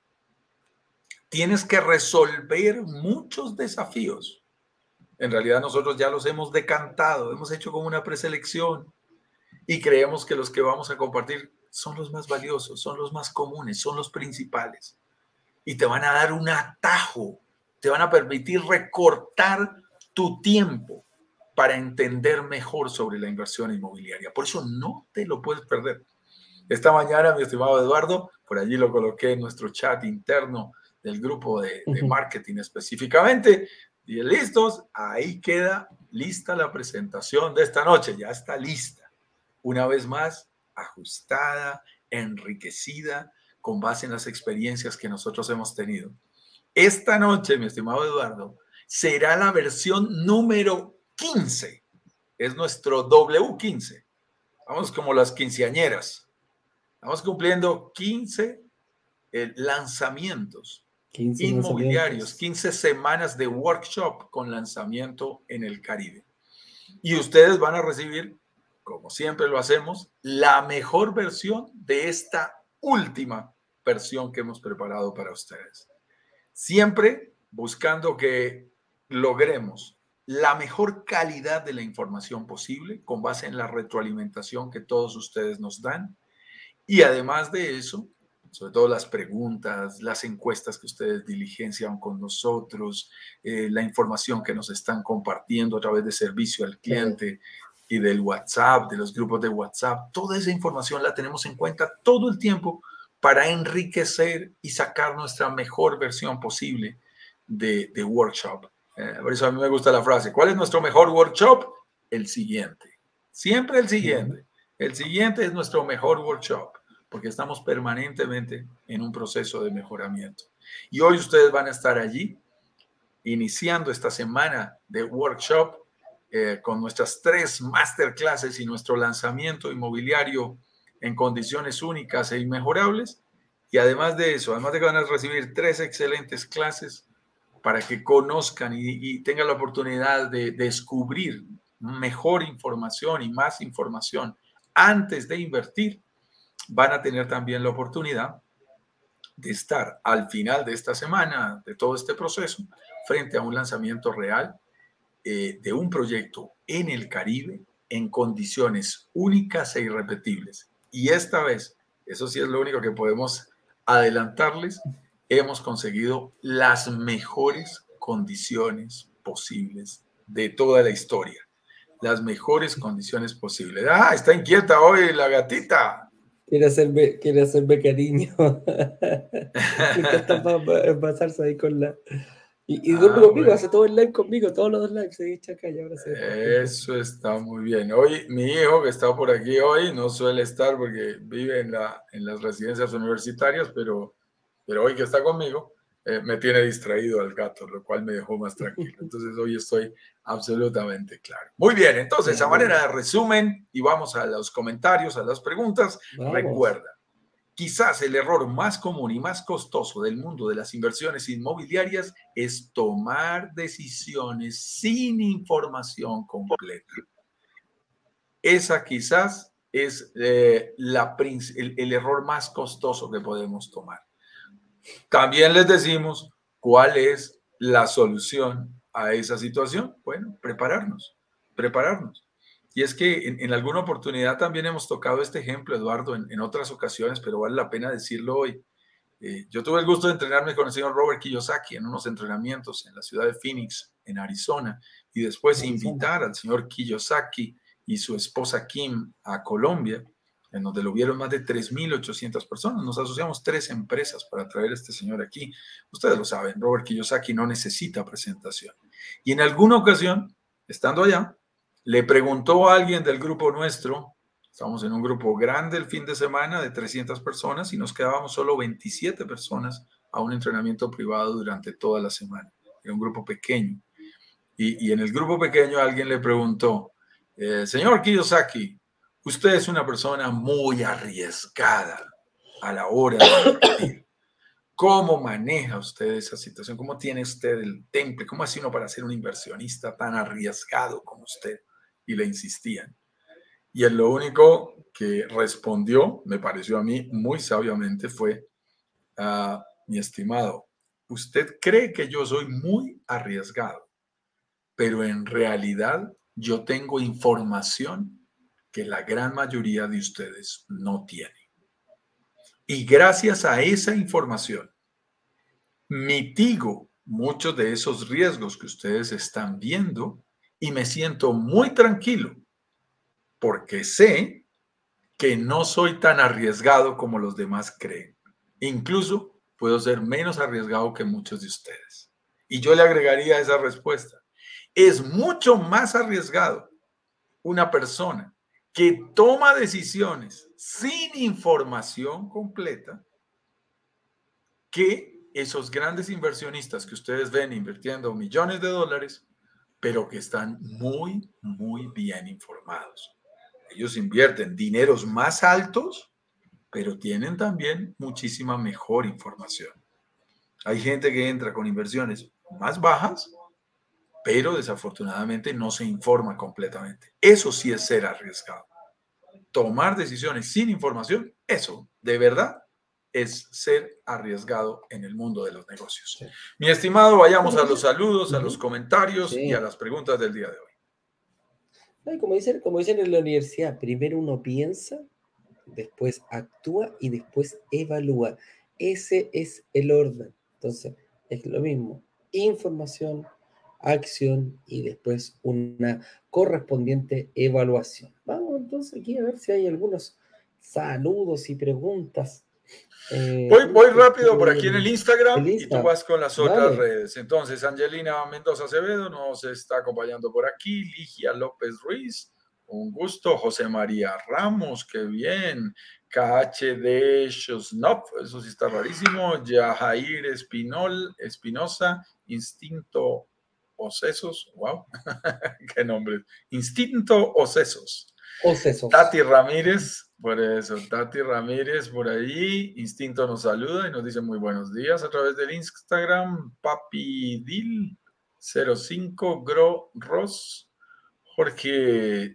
Tienes que resolver muchos desafíos. En realidad nosotros ya los hemos decantado, hemos hecho como una preselección y creemos que los que vamos a compartir son los más valiosos, son los más comunes, son los principales. Y te van a dar un atajo, te van a permitir recortar tu tiempo para entender mejor sobre la inversión inmobiliaria. Por eso no te lo puedes perder. Esta mañana, mi estimado Eduardo, por allí lo coloqué en nuestro chat interno del grupo de marketing específicamente. Y listos, ahí queda lista la presentación de esta noche. Ya está lista. Una vez más, ajustada, enriquecida, con base en las experiencias que nosotros hemos tenido. Esta noche, mi estimado Eduardo, será la versión número 15. Es nuestro W15. Vamos como las quinceañeras. Estamos cumpliendo 15 lanzamientos 15 inmobiliarios, 15 semanas de workshop con lanzamiento en el Caribe. Y ustedes van a recibir, como siempre lo hacemos, la mejor versión de esta última versión que hemos preparado para ustedes. Siempre buscando que logremos la mejor calidad de la información posible con base en la retroalimentación que todos ustedes nos dan. Y además de eso, sobre todo las preguntas, las encuestas que ustedes diligencian con nosotros, la información que nos están compartiendo a través de servicio al cliente y del WhatsApp, de los grupos de WhatsApp, toda esa información la tenemos en cuenta todo el tiempo para enriquecer y sacar nuestra mejor versión posible de workshop. Por eso a mí me gusta la frase, ¿cuál es nuestro mejor workshop? El siguiente. Siempre el siguiente. El siguiente es nuestro mejor workshop, porque estamos permanentemente en un proceso de mejoramiento. Y hoy ustedes van a estar allí, iniciando esta semana de workshop con nuestras 3 masterclasses y nuestro lanzamiento inmobiliario en condiciones únicas e inmejorables. Y además de eso, además de que van a recibir 3 excelentes clases para que conozcan y tengan la oportunidad de descubrir mejor información y más información antes de invertir, van a tener también la oportunidad de estar al final de esta semana, de todo este proceso, frente a un lanzamiento real de un proyecto en el Caribe en condiciones únicas e irrepetibles. Y esta vez, eso sí es lo único que podemos adelantarles, hemos conseguido las mejores condiciones posibles de toda la historia. Las mejores condiciones posibles. ¡Ah, está inquieta hoy la gatita! Quiere hacerme cariño. Me encanta pasarse ahí con la... Y duerme conmigo, Bueno. hace todo el live conmigo, todos los lives se echa acá y ahora se despertó. Eso está muy bien. Hoy, mi hijo que está por aquí hoy, no suele estar porque vive en las residencias universitarias, pero hoy que está conmigo, me tiene distraído al gato, lo cual me dejó más tranquilo. Entonces hoy estoy absolutamente claro. Muy bien, entonces a manera de resumen, y vamos a los comentarios, a las preguntas, recuerda. Quizás el error más común y más costoso del mundo de las inversiones inmobiliarias es tomar decisiones sin información completa. Esa quizás es el error más costoso que podemos tomar. También les decimos cuál es la solución a esa situación. Bueno, prepararnos. Y es que en alguna oportunidad también hemos tocado este ejemplo, Eduardo, en otras ocasiones, pero vale la pena decirlo hoy. Yo tuve el gusto de entrenarme con el señor Robert Kiyosaki en unos entrenamientos en la ciudad de Phoenix, en Arizona, y después invitar al señor Kiyosaki y su esposa Kim a Colombia, en donde lo vieron más de 3.800 personas. Nos asociamos 3 empresas para traer a este señor aquí. Ustedes lo saben, Robert Kiyosaki no necesita presentación. Y en alguna ocasión, estando allá, le preguntó a alguien del grupo nuestro, estábamos en un grupo grande el fin de semana de 300 personas y nos quedábamos solo 27 personas a un entrenamiento privado durante toda la semana. Era un grupo pequeño. Y en el grupo pequeño alguien le preguntó, señor Kiyosaki, usted es una persona muy arriesgada a la hora de invertir. ¿Cómo maneja usted esa situación? ¿Cómo tiene usted el temple? ¿Cómo hace uno para ser un inversionista tan arriesgado como usted? Y le insistían. Y él lo único que respondió, me pareció a mí muy sabiamente, fue, mi estimado, usted cree que yo soy muy arriesgado, pero en realidad yo tengo información que la gran mayoría de ustedes no tienen. Y gracias a esa información, mitigo muchos de esos riesgos que ustedes están viendo y me siento muy tranquilo porque sé que no soy tan arriesgado como los demás creen. Incluso puedo ser menos arriesgado que muchos de ustedes. Y yo le agregaría esa respuesta. Es mucho más arriesgado una persona que toma decisiones sin información completa que esos grandes inversionistas que ustedes ven invirtiendo millones de dólares, pero que están muy, muy bien informados. Ellos invierten dineros más altos, pero tienen también muchísima mejor información. Hay gente que entra con inversiones más bajas, pero desafortunadamente no se informa completamente. Eso sí es ser arriesgado. Tomar decisiones sin información, eso de verdad es ser arriesgado en el mundo de los negocios. Sí. Mi estimado, vayamos a los saludos, a los comentarios y a las preguntas del día de hoy. Como dicen en la universidad, primero uno piensa, después actúa y después evalúa. Ese es el orden. Entonces, es lo mismo. Información, acción y después una correspondiente evaluación. Vamos entonces aquí a ver si hay algunos saludos y preguntas. Voy rápido por aquí en el Instagram y tú vas con las otras redes. Entonces, Angelina Mendoza Acevedo nos está acompañando por aquí, Ligia López Ruiz. un gusto. José María Ramos, qué bien. KHD Shosnop, eso sí está rarísimo. Yajair Espinosa, Instinto Ocesos, wow, qué nombre. Instinto Ocesos. O sesos. Tati Ramírez, por eso, Tati Ramírez por ahí. Instinto nos saluda y nos dice muy buenos días a través del Instagram. Papi Dil 05 Gro Ross. Jorge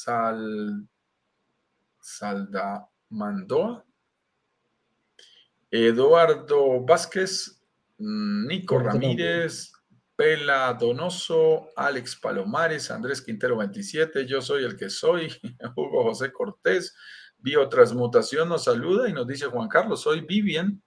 Saldamandoa, Eduardo Vázquez, Nico Bonito nombre. Ramírez, Pela Donoso, Alex Palomares, Andrés Quintero 27, yo soy el que soy, Hugo José Cortés, Biotransmutación nos saluda y nos dice Juan Carlos, soy Vivian,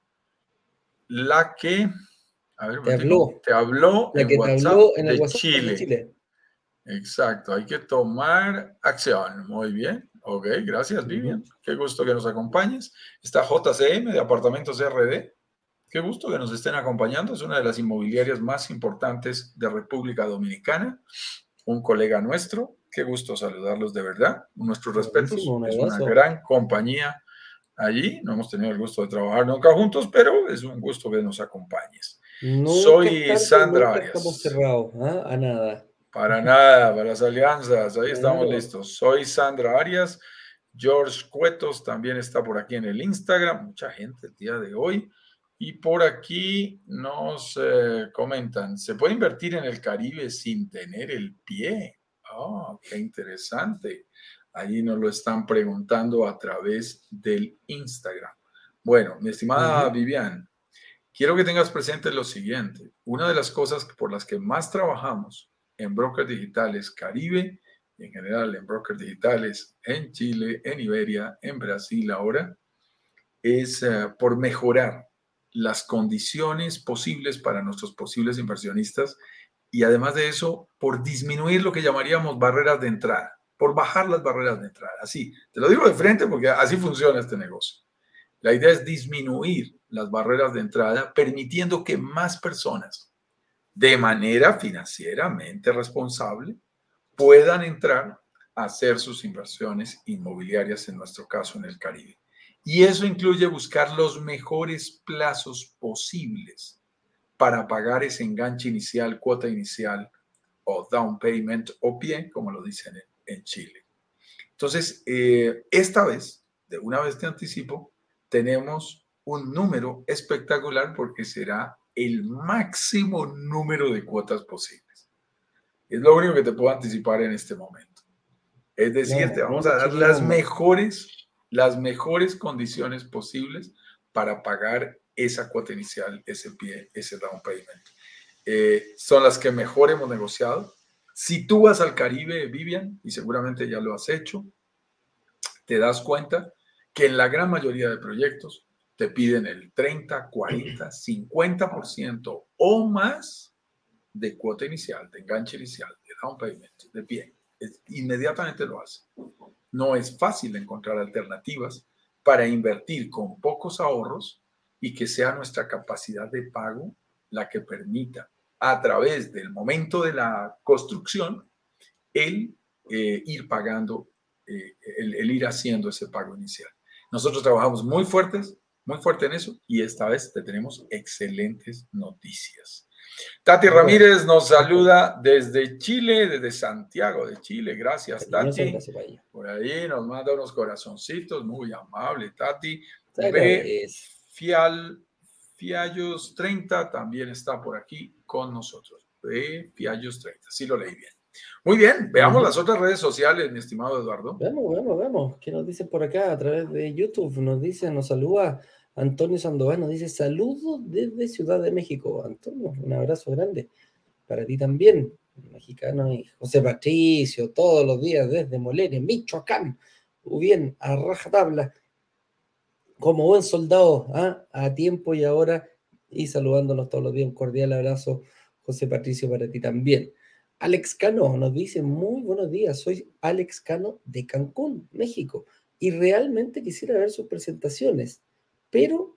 la que, a ver, un Te momentico, habló. te habló La en que te WhatsApp habló en el de WhatsApp de Chile. Chile. Exacto, hay que tomar acción. Muy bien. Ok, gracias, Vivian. Qué gusto que nos acompañes. Está JCM de Apartamentos RD. Qué gusto que nos estén acompañando. Es una de las inmobiliarias más importantes de República Dominicana. Un colega nuestro. Qué gusto saludarlos de verdad. Nuestros Buenísimo, respetos. un Es una abrazo. gran compañía allí. No hemos tenido el gusto de trabajar nunca juntos, pero es un gusto que nos acompañes. Nunca es Soy tarde, Sandra nunca estamos Arias. cerrados, ¿ah? A nada. Para nada, para las alianzas, ahí estamos Claro. listos. Soy Sandra Arias, George Cuetos también está por aquí en el Instagram, mucha gente el día de hoy. Y por aquí nos comentan, ¿se puede invertir en el Caribe sin tener el pie? Oh, qué interesante. Ahí nos lo están preguntando a través del Instagram. Bueno, mi estimada Vivian, quiero que tengas presente lo siguiente. Una de las cosas por las que más trabajamos en brokers digitales Caribe y en general en brokers digitales en Chile, en Iberia, en Brasil ahora, es por mejorar las condiciones posibles para nuestros posibles inversionistas y además de eso, por disminuir lo que llamaríamos barreras de entrada, por bajar las barreras de entrada. Así, te lo digo de frente porque así funciona este negocio. La idea es disminuir las barreras de entrada, permitiendo que más personas, de manera financieramente responsable, puedan entrar a hacer sus inversiones inmobiliarias, en nuestro caso en el Caribe. Y eso incluye buscar los mejores plazos posibles para pagar ese enganche inicial, cuota inicial o down payment o pie, como lo dicen en Chile. Entonces, esta vez, de una vez te anticipo, tenemos un número espectacular porque será el máximo número de cuotas posibles. Es lo único que te puedo anticipar en este momento. Es decir, te No, no vamos a nos dar chiquemos más. las mejores condiciones posibles para pagar esa cuota inicial, ese pie, ese down payment. Son las que mejor hemos negociado. Si tú vas al Caribe, Vivian, y seguramente ya lo has hecho, te das cuenta que en la gran mayoría de proyectos te piden el 30, 40, 50% o más de cuota inicial, de enganche inicial, de down payment, de pie. Inmediatamente lo hace. No es fácil encontrar alternativas para invertir con pocos ahorros y que sea nuestra capacidad de pago la que permita, a través del momento de la construcción, el ir pagando, el ir haciendo ese pago inicial. Nosotros trabajamos muy fuerte en eso y esta vez te tenemos excelentes noticias. Tati Oh, Ramírez nos saluda desde Chile, desde Santiago de Chile. Gracias, cariñoso Tati. abrazo para ella. Por ahí nos manda unos corazoncitos, muy amable, Tati. Se B. agradece. Fiallos 30 también está por aquí con nosotros. B. Fiallos 30, sí lo leí bien. Muy bien, veamos las otras redes sociales, mi estimado Eduardo. Vemos. ¿Qué nos dicen por acá a través de YouTube? nos saluda Antonio Sandoval, nos dice saludos desde Ciudad de México. Antonio, un abrazo grande para ti también, mexicano, y José Patricio, todos los días desde Molene, Michoacán. Muy bien, a rajatabla, como buen soldado, ¿ah? A tiempo y ahora, y saludándonos todos los días. Un cordial abrazo, José Patricio, para ti también. Alex Cano nos dice, muy buenos días, soy Alex Cano de Cancún, México, y realmente quisiera ver sus presentaciones, pero,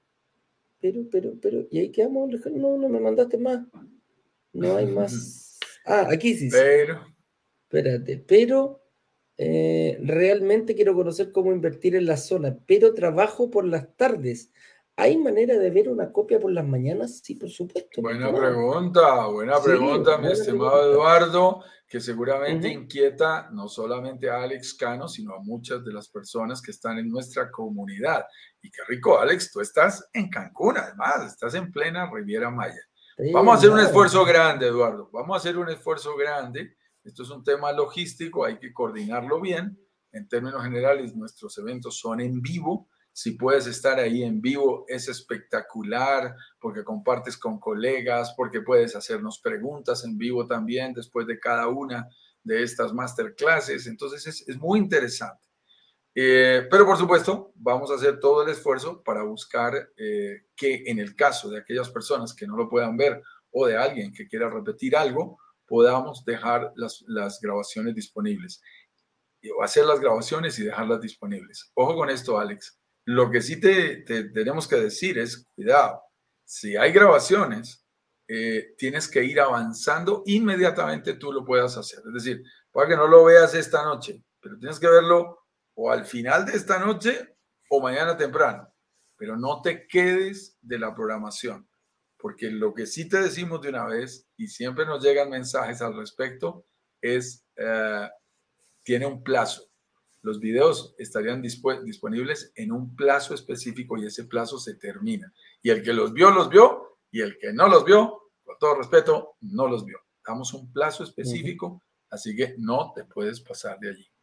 y ahí quedamos, no me mandaste más, no hay más. Ah, aquí sí, Pero, espérate, pero realmente quiero conocer cómo invertir en la zona, pero trabajo por las tardes. ¿Hay manera de ver una copia por las mañanas? Sí, por supuesto, mi estimado. Buena Sí, pregunta, mi buena estimado pregunta. Eduardo, que seguramente Ujú. inquieta no solamente a Alex Cano, sino a muchas de las personas que están en nuestra comunidad. Y qué rico, Alex, tú estás en Cancún, además, estás en plena Riviera Maya. Sí, Vamos a hacer un andamos. esfuerzo grande, Eduardo, vamos a hacer un esfuerzo grande. Esto es un tema logístico, hay que coordinarlo bien. En términos generales, nuestros eventos son en vivo. Si puedes estar ahí en vivo, es espectacular porque compartes con colegas, porque puedes hacernos preguntas en vivo también después de cada una de estas masterclasses. Entonces es muy interesante. Pero por supuesto, vamos a hacer todo el esfuerzo para buscar que en el caso de aquellas personas que no lo puedan ver o de alguien que quiera repetir algo, podamos dejar las grabaciones disponibles. O hacer las grabaciones y dejarlas disponibles. Ojo con esto, Alex. Lo que sí te tenemos que decir es, cuidado, si hay grabaciones, tienes que ir avanzando inmediatamente tú lo puedas hacer. Es decir, para que no lo veas esta noche, pero tienes que verlo o al final de esta noche o mañana temprano, pero no te quedes de la programación, porque lo que sí te decimos de una vez, y siempre nos llegan mensajes al respecto, es tiene un plazo. Los videos estarían disponibles en un plazo específico y ese plazo se termina. Y el que los vio, y el que no los vio, con todo respeto, no los vio. Damos un plazo Ujú, específico, así que no te puedes pasar de allí.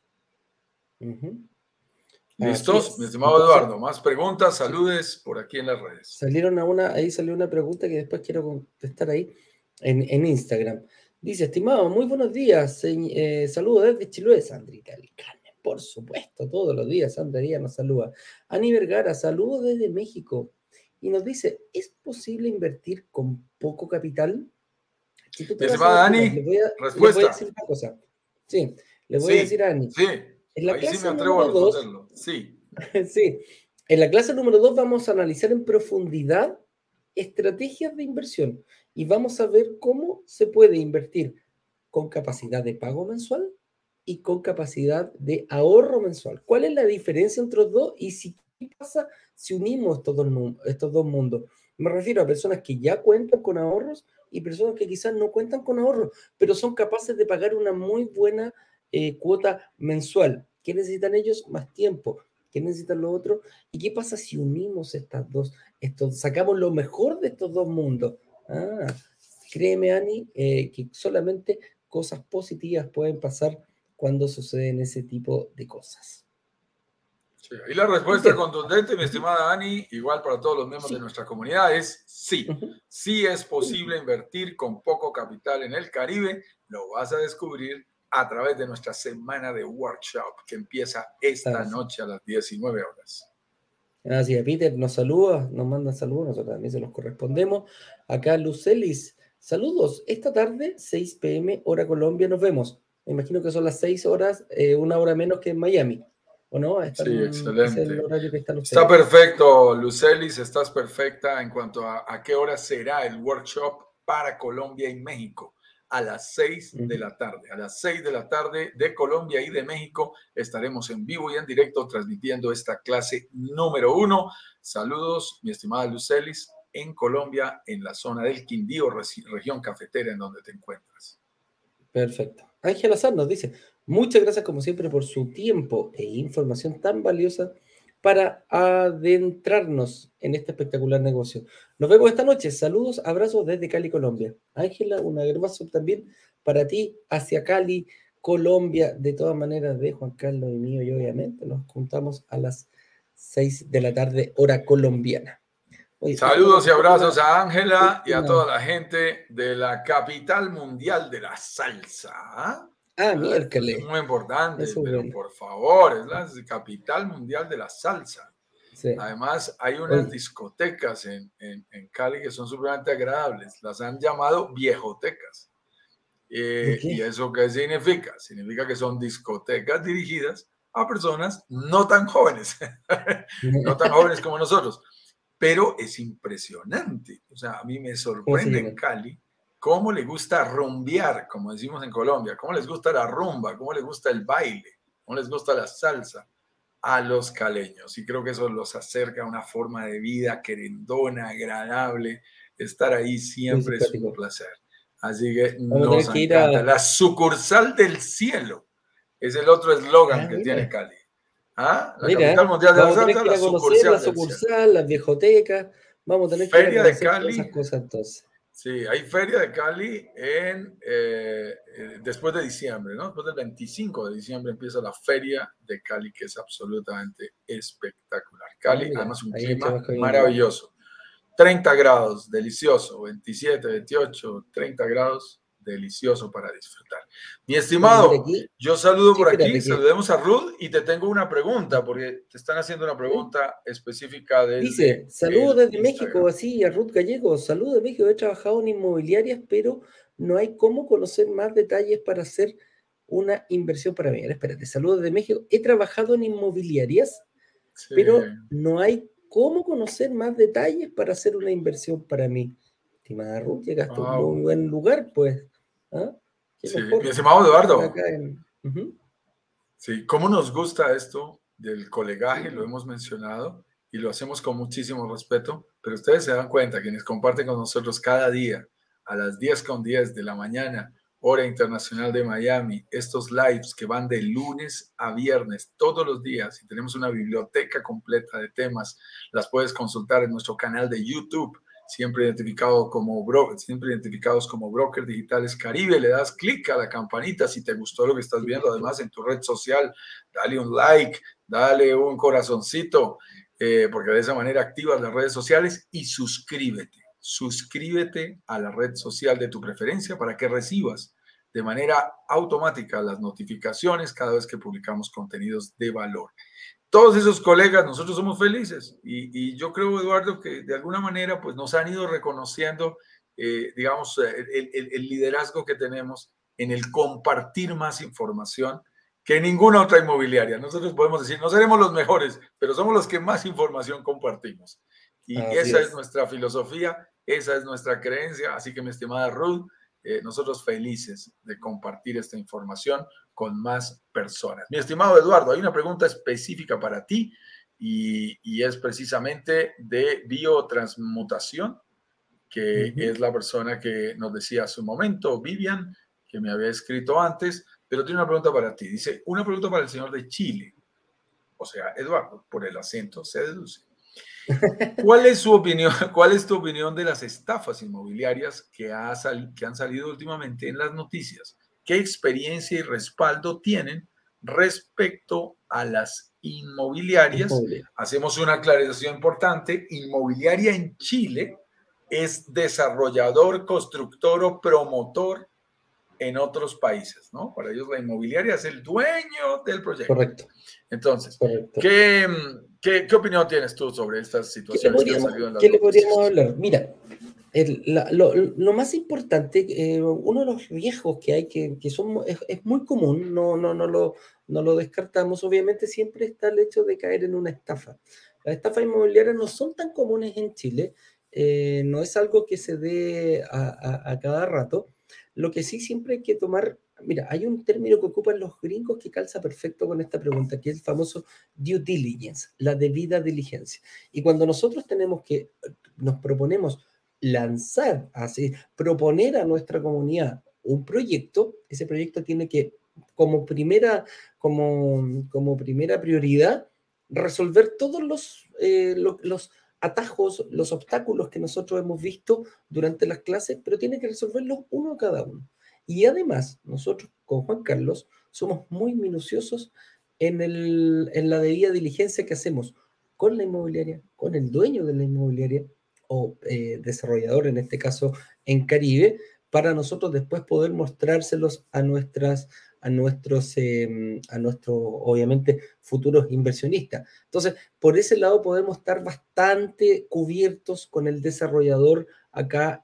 ujú. Así ¿Listos? Mi es. estimado Entonces, Eduardo, más preguntas, sí, saludes por aquí en las redes. ahí salió una pregunta que después quiero contestar ahí en Instagram. Dice, estimado, muy buenos días. Saludos desde Chiloé, Sandrita Alcane. Por supuesto, todos los días Sandra Díaz nos saluda. Ani Vergara, saludos desde México. Y nos dice, ¿es posible invertir con poco capital? Si tú te Mi vas a estimada ver, mira, Dani, les voy a decir respuesta. una cosa. Sí, les voy a decir Sí, a Ani. sí. En la Ahí sí me clase atrevo a número 2. responderlo. Sí. Sí, en la clase número 2 vamos a analizar en profundidad estrategias de inversión y vamos a ver cómo se puede invertir con capacidad de pago mensual y con capacidad de ahorro mensual. ¿Cuál es la diferencia entre los dos y qué pasa si unimos estos dos mundos? Me refiero a personas que ya cuentan con ahorros y personas que quizás no cuentan con ahorros, pero son capaces de pagar una muy buena cuota mensual. ¿Qué necesitan ellos? Más tiempo. ¿Qué necesitan los otros? ¿Y qué pasa si unimos sacamos lo mejor de estos dos mundos? Ah, créeme, Ani, que solamente cosas positivas pueden pasar cuando suceden ese tipo de cosas. Sí, y la Así respuesta que, contundente, mi ujú, estimada Ani, igual para todos los miembros de sí, nuestra comunidad, es sí. ujú, Sí es sí, posible invertir con poco capital en el Caribe. Lo vas a descubrir a través de nuestra semana de workshop que empieza esta así. noche a las 19 horas. Así es, Peter nos saluda, nos manda saludos, nosotros también se los correspondemos. Acá Lucelis, saludos. Esta tarde, 6 p.m., hora Colombia, nos vemos. Me imagino que son las 6 horas, una hora menos que en Miami. ¿O no? Sí, Ese es el excelente. horario que están Está ustedes. perfecto, Lucelis, estás perfecta en cuanto a qué hora será el workshop para Colombia y México. A las 6 de Ujú. la tarde. A las 6 de la tarde de Colombia y de México estaremos en vivo y en directo transmitiendo esta clase número 1. Saludos, mi estimada Lucelis, en Colombia, en la zona del Quindío, región cafetera en donde te encuentras. Perfecto. Ángel Azar nos dice, muchas gracias como siempre por su tiempo e información tan valiosa para adentrarnos en este espectacular negocio. Nos vemos esta noche. Saludos, abrazos desde Cali, Colombia. Ángela, un abrazo también para ti hacia Cali, Colombia. De todas maneras, de Juan Carlos y mío y obviamente nos juntamos a las 6 de la tarde, hora colombiana. Oye, déjame Saludos y contestar abrazos una a Ángela y a toda última. la gente de la capital mundial de la salsa. Esto es Miércoles. muy importante, Eso es pero bueno. por favor, es la capital mundial de la salsa. Sí. Además, hay unas Oye, discotecas en Cali que son supremamente agradables. Las han llamado viejotecas. ¿por ¿Y qué? eso qué significa? Significa que son discotecas dirigidas a personas no tan jóvenes, no tan jóvenes como nosotros. Pero es impresionante. O sea, a mí me ¿Cómo se sorprende en llaman? Cali. cómo le gusta rumbear, como decimos en Colombia, cómo les gusta la rumba, cómo les gusta el baile, cómo les gusta la salsa a los caleños. Y creo que eso los acerca a una forma de vida querendona, agradable. Estar ahí Muy siempre es un simpático. placer. Así que Vamos a tener nos que ir encanta. a... La sucursal del cielo es el otro eslogan Ah, que tiene mira, Cali. ¿Ah? La capital mira, mundial de la vamos a tener salsa, que ir la a conocer la sucursal del cielo. sucursal, las bibliotecas, vamos a tener que ir a Feria de conocer todas Cali. esas cosas entonces. Sí, hay Feria de Cali después de diciembre, ¿no? Después del 25 de diciembre empieza la Feria de Cali, que es absolutamente espectacular. Ah, Cali, mira, además, un ahí entre clima más caliente. maravilloso. 30 grados, delicioso. 27, 28, 30 grados, delicioso para disfrutar. Mi Oye, mira estimado, aquí, yo saludo sí, por aquí, espérate que saludemos a Ruth y te tengo una pregunta, porque te están haciendo una ¿sí? pregunta específica desde Dice, saludos el desde México, Instagram. así, a Ruth Gallegos, saludos de México, he trabajado en inmobiliarias, pero no hay cómo conocer más detalles para hacer una inversión para mí. Ahora, espérate, saludos de México, he trabajado en inmobiliarias, Sí. pero no hay cómo conocer más detalles para hacer una inversión para mí. Estimada Ruth, llegaste a un muy Wow. buen lugar, pues. ¿Ah? Qué Sí, mi mejor estimado que estar Eduardo, acá en... Ujú. sí, cómo nos gusta esto del colegaje, lo Sí, hemos mencionado y lo hacemos con muchísimo respeto, pero ustedes se dan cuenta, quienes comparten con nosotros cada día a las 10:10 de la mañana, hora internacional de Miami, estos lives que van de lunes a viernes todos los días y tenemos una biblioteca completa de temas, las puedes consultar en nuestro canal de YouTube. Siempre identificados como Broker Digitales Caribe. Le das clic a la campanita si te gustó lo que estás viendo. listo. Además, en tu red social, dale un like, dale un corazoncito, porque de esa manera activas las redes sociales y suscríbete. Suscríbete a la red social de tu preferencia para que recibas de manera automática las notificaciones cada vez que publicamos contenidos de valor. Todos esos colegas, nosotros somos felices y yo creo, Eduardo, que de alguna manera pues nos han ido reconociendo, digamos, el liderazgo que tenemos en el compartir más información que ninguna otra inmobiliaria. Nosotros podemos decir, no seremos los mejores, pero somos los que más información compartimos. Y Así esa es es. nuestra filosofía, esa es nuestra creencia. Así que, mi estimada Ruth, nosotros felices de compartir esta información con más personas. Mi estimado Eduardo, hay una pregunta específica para ti y es precisamente de biotransmutación, que Ujú. es la persona que nos decía hace un momento, Vivian, que me había escrito antes, pero tiene una pregunta para ti. Dice, una pregunta para el señor de Chile, o sea, Eduardo, por el acento se deduce. ¿Cuál es su opinión? ¿Cuál es tu opinión de las estafas inmobiliarias que han salido últimamente en las noticias? ¿Qué experiencia y respaldo tienen respecto a las inmobiliarias? Inmobiliario. Hacemos una aclaración importante. Inmobiliaria en Chile es desarrollador, constructor o promotor en otros países, ¿no? Para ellos la inmobiliaria es el dueño del proyecto. Correcto, Entonces, correcto. ¿qué opinión tienes tú sobre estas situaciones que han salido en las Qué le podríamos noticias? hablar? Mira, lo más importante, uno de los riesgos que hay, que son, es muy común, no lo descartamos, obviamente siempre está el hecho de caer en una estafa. Las estafas inmobiliarias no son tan comunes en Chile, no es algo que se dé a cada rato. Lo que sí siempre hay que tomar, mira, hay un término que ocupan los gringos que calza perfecto con esta pregunta, que es el famoso due diligence, la debida diligencia. Y cuando nosotros nos proponemos lanzar, así, proponer a nuestra comunidad un proyecto, ese proyecto tiene que, como primera prioridad, resolver todos los atajos, los obstáculos que nosotros hemos visto durante las clases, pero tiene que resolverlos uno a cada uno. Y además, nosotros con Juan Carlos somos muy minuciosos en la debida diligencia que hacemos con la inmobiliaria, con el dueño de la inmobiliaria, o desarrollador, en este caso en Caribe, para nosotros después poder mostrárselos a nuestros, obviamente, futuros inversionistas. Entonces, por ese lado podemos estar bastante cubiertos con el desarrollador acá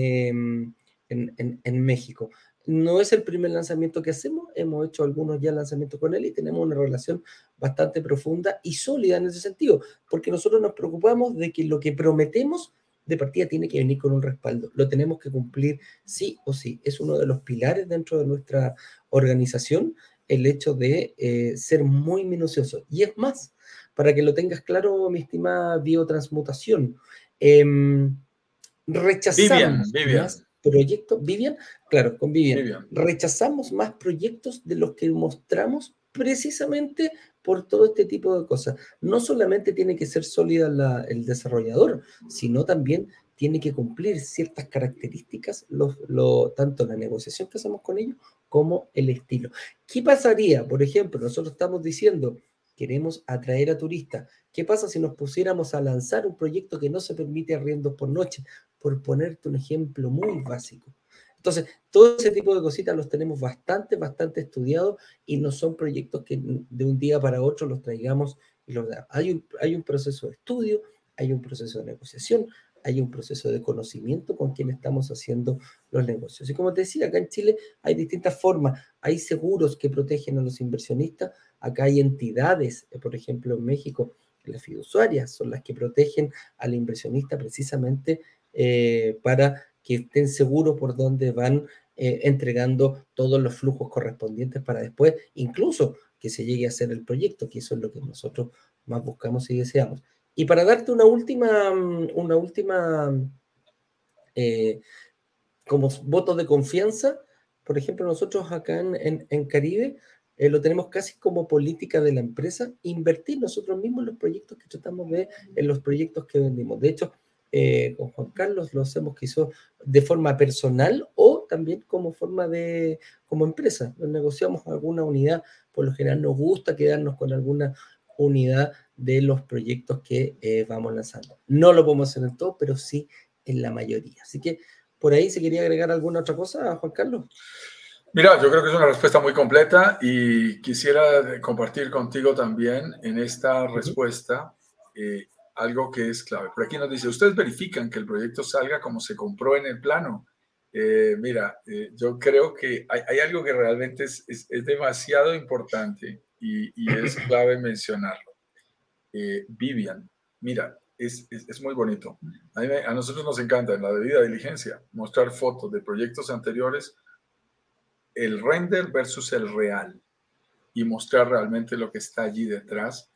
en México. No es el primer lanzamiento que hacemos, hemos hecho algunos ya lanzamientos con él y tenemos una relación bastante profunda y sólida en ese sentido, porque nosotros nos preocupamos de que lo que prometemos de partida tiene que venir con un respaldo. Lo tenemos que cumplir sí o sí. Es uno de los pilares dentro de nuestra organización el hecho de ser muy minucioso. Y es más, para que lo tengas claro, mi estimada biotransmutación, eh, Vivian, rechazamos Vivian, más proyectos, Vivian, claro, con Vivian, Vivian. rechazamos más proyectos de los que mostramos precisamente por todo este tipo de cosas. No solamente tiene que ser sólida el desarrollador, sino también tiene que cumplir ciertas características, tanto la negociación que hacemos con ellos como el estilo. ¿Qué pasaría? Por ejemplo, nosotros estamos diciendo, queremos atraer a turistas. ¿Qué pasa si nos pusiéramos a lanzar un proyecto que no se permite arriendos por noche? Por ponerte un ejemplo muy básico. Entonces, todo ese tipo de cositas los tenemos bastante estudiados y no son proyectos que de un día para otro los traigamos y los damos. Hay un proceso de estudio, hay un proceso de negociación, hay un proceso de conocimiento con quien estamos haciendo los negocios. Y como te decía, acá en Chile hay distintas formas. Hay seguros que protegen a los inversionistas, acá hay entidades, por ejemplo, en México, las fiduciarias son las que protegen al inversionista precisamente para que estén seguros por dónde van entregando todos los flujos correspondientes para después, incluso que se llegue a hacer el proyecto, que eso es lo que nosotros más buscamos y deseamos. Y para darte una última eh, como voto de confianza, por ejemplo, nosotros acá en Caribe lo tenemos casi como política de la empresa, invertir nosotros mismos en los proyectos que tratamos de, en los proyectos que vendimos. De hecho, con Juan Carlos lo hacemos quizás de forma personal o también como forma de, como empresa. Nos negociamos alguna unidad, por lo general nos gusta quedarnos con alguna unidad de los proyectos que vamos lanzando. No lo podemos hacer en todo, pero sí en la mayoría. Así que por ahí, ¿se quería agregar alguna otra cosa, Juan Carlos? Mira, yo creo que es una respuesta muy completa y quisiera compartir contigo también en esta respuesta algo que es clave. Por aquí nos dice, ¿ustedes verifican que el proyecto salga como se compró en el plano? Yo creo que hay algo que realmente es demasiado importante y es clave mencionarlo. Vivian, mira, es muy bonito. A nosotros nos encanta en la debida diligencia mostrar fotos de proyectos anteriores, el render versus el real y mostrar realmente lo que está allí detrás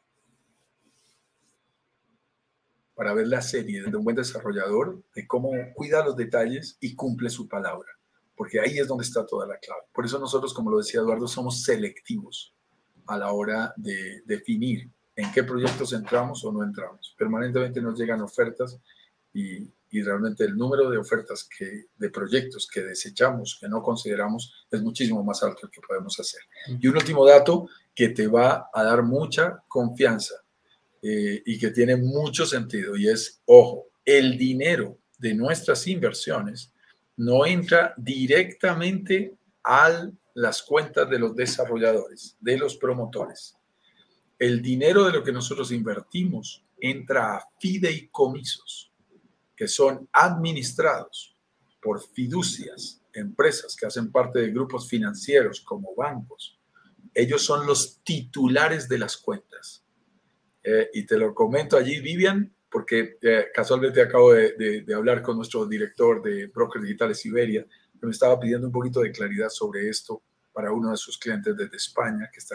para ver la serie de un buen desarrollador, de cómo cuida los detalles y cumple su palabra, porque ahí es donde está toda la clave. Por eso nosotros, como lo decía Eduardo, somos selectivos a la hora de definir en qué proyectos entramos o no entramos. Permanentemente nos llegan ofertas y realmente el número de ofertas, de proyectos que desechamos, que no consideramos, es muchísimo más alto el que podemos hacer. Y un último dato que te va a dar mucha confianza y que tiene mucho sentido y es, ojo, el dinero de nuestras inversiones no entra directamente a las cuentas de los desarrolladores, de los promotores. El dinero de lo que nosotros invertimos entra a fideicomisos que son administrados por fiducias, empresas que hacen parte de grupos financieros como bancos. Ellos son los titulares de las cuentas. Y te lo comento allí, Vivian, porque casualmente acabo de hablar con nuestro director de Brokers Digitales Iberia, que me estaba pidiendo un poquito de claridad sobre esto para uno de sus clientes desde España que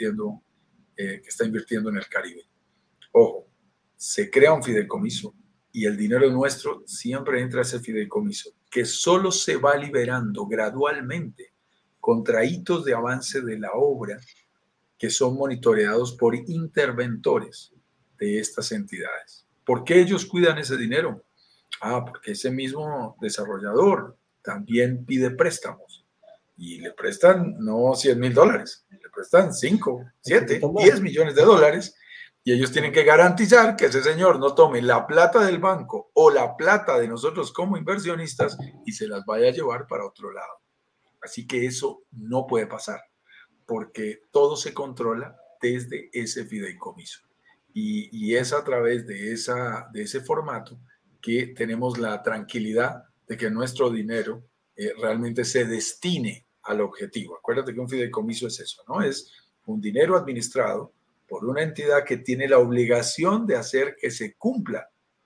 está invirtiendo en el Caribe. Ojo, se crea un fideicomiso y el dinero nuestro siempre entra a ese fideicomiso, que solo se va liberando gradualmente contra hitos de avance de la obra que son monitoreados por interventores de estas entidades. ¿Por qué ellos cuidan ese dinero? Porque ese mismo desarrollador también pide préstamos y le prestan no $100,000, le prestan 5, 7, 10 millones de dólares y ellos tienen que garantizar que ese señor no tome la plata del banco o la plata de nosotros como inversionistas y se las vaya a llevar para otro lado. Así que eso no puede pasar porque todo se controla desde ese fideicomiso. Y es a través de ese formato que tenemos la tranquilidad de que nuestro dinero realmente se destine al objetivo. Acuérdate que un fideicomiso es eso, ¿no? Es un dinero administrado por una entidad que tiene la obligación de hacer que se cumpla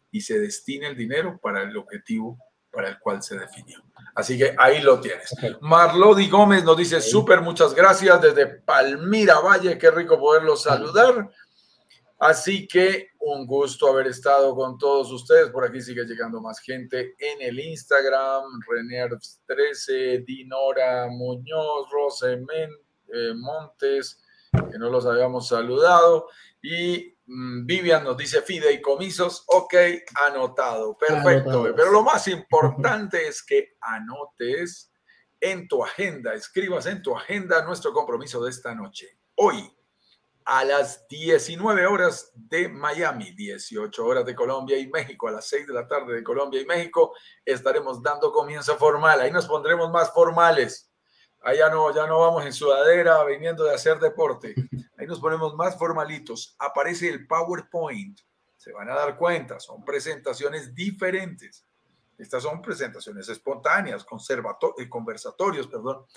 y se destine el dinero para el objetivo para el cual se definió. Así que ahí lo tienes. Marlody Gómez nos dice, súper, muchas gracias desde Palmira Valle, qué rico poderlo saludar. Así que un gusto haber estado con todos ustedes. Por aquí sigue llegando más gente en el Instagram. Rener13, Dinora Muñoz, Rosemen Montes, que no los habíamos saludado. Y Vivian nos dice fideicomisos. Ok, anotado. Perfecto. Anotado. Pero lo más importante es que anotes en tu agenda, escribas en tu agenda nuestro compromiso de esta noche. Hoy, a las 19 horas de Miami, 18 horas de Colombia y México, a las 6 de la tarde de Colombia y México, estaremos dando comienzo formal. Ahí nos pondremos más formales. Allá no, ya no vamos en sudadera viniendo de hacer deporte. Ahí nos ponemos más formalitos. Aparece el PowerPoint. Se van a dar cuenta, son presentaciones diferentes. Estas son presentaciones espontáneas, conversatorios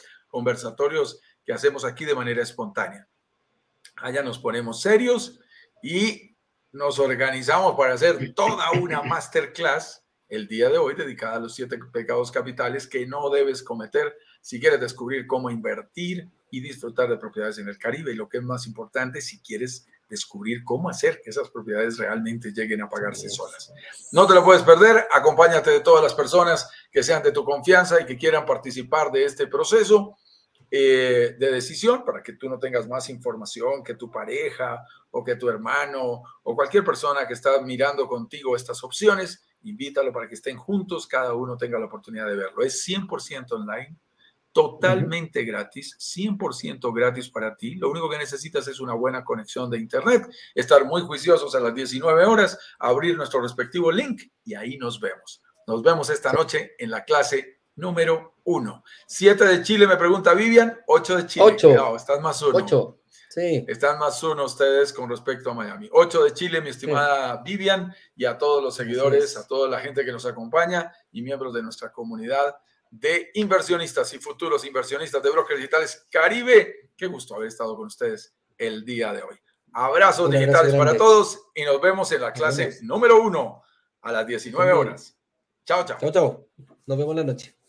que hacemos aquí de manera espontánea. Allá nos ponemos serios y nos organizamos para hacer toda una masterclass el día de hoy dedicada a los 7 pecados capitales que no debes cometer si quieres descubrir cómo invertir y disfrutar de propiedades en el Caribe. Y lo que es más importante, si quieres descubrir cómo hacer que esas propiedades realmente lleguen a pagarse solas. No te lo puedes perder. Acompáñate de todas las personas que sean de tu confianza y que quieran participar de este proceso de decisión, para que tú no tengas más información que tu pareja o que tu hermano o cualquier persona que está mirando contigo estas opciones. Invítalo para que estén juntos, cada uno tenga la oportunidad de verlo. Es 100% online, totalmente gratis, 100% gratis para ti. Lo único que necesitas es una buena conexión de internet, estar muy juiciosos a las 19 horas, abrir nuestro respectivo link y ahí nos vemos. Nos vemos esta noche en la clase número 1. 7 de Chile, me pregunta Vivian. 8 de Chile. 8. Cuidado, están más 1. 8. Sí. Están más 1 ustedes con respecto a Miami. 8 de Chile, mi estimada Vivian, y a todos los seguidores, a toda la gente que nos acompaña y miembros de nuestra comunidad de inversionistas y futuros inversionistas de Brokers Digitales Caribe. Qué gusto haber estado con ustedes el día de hoy. Abrazos digitales para todos y nos vemos en la clase número 1 a las 19 horas. Chao, chao. Chao, chao. Nos vemos la noche.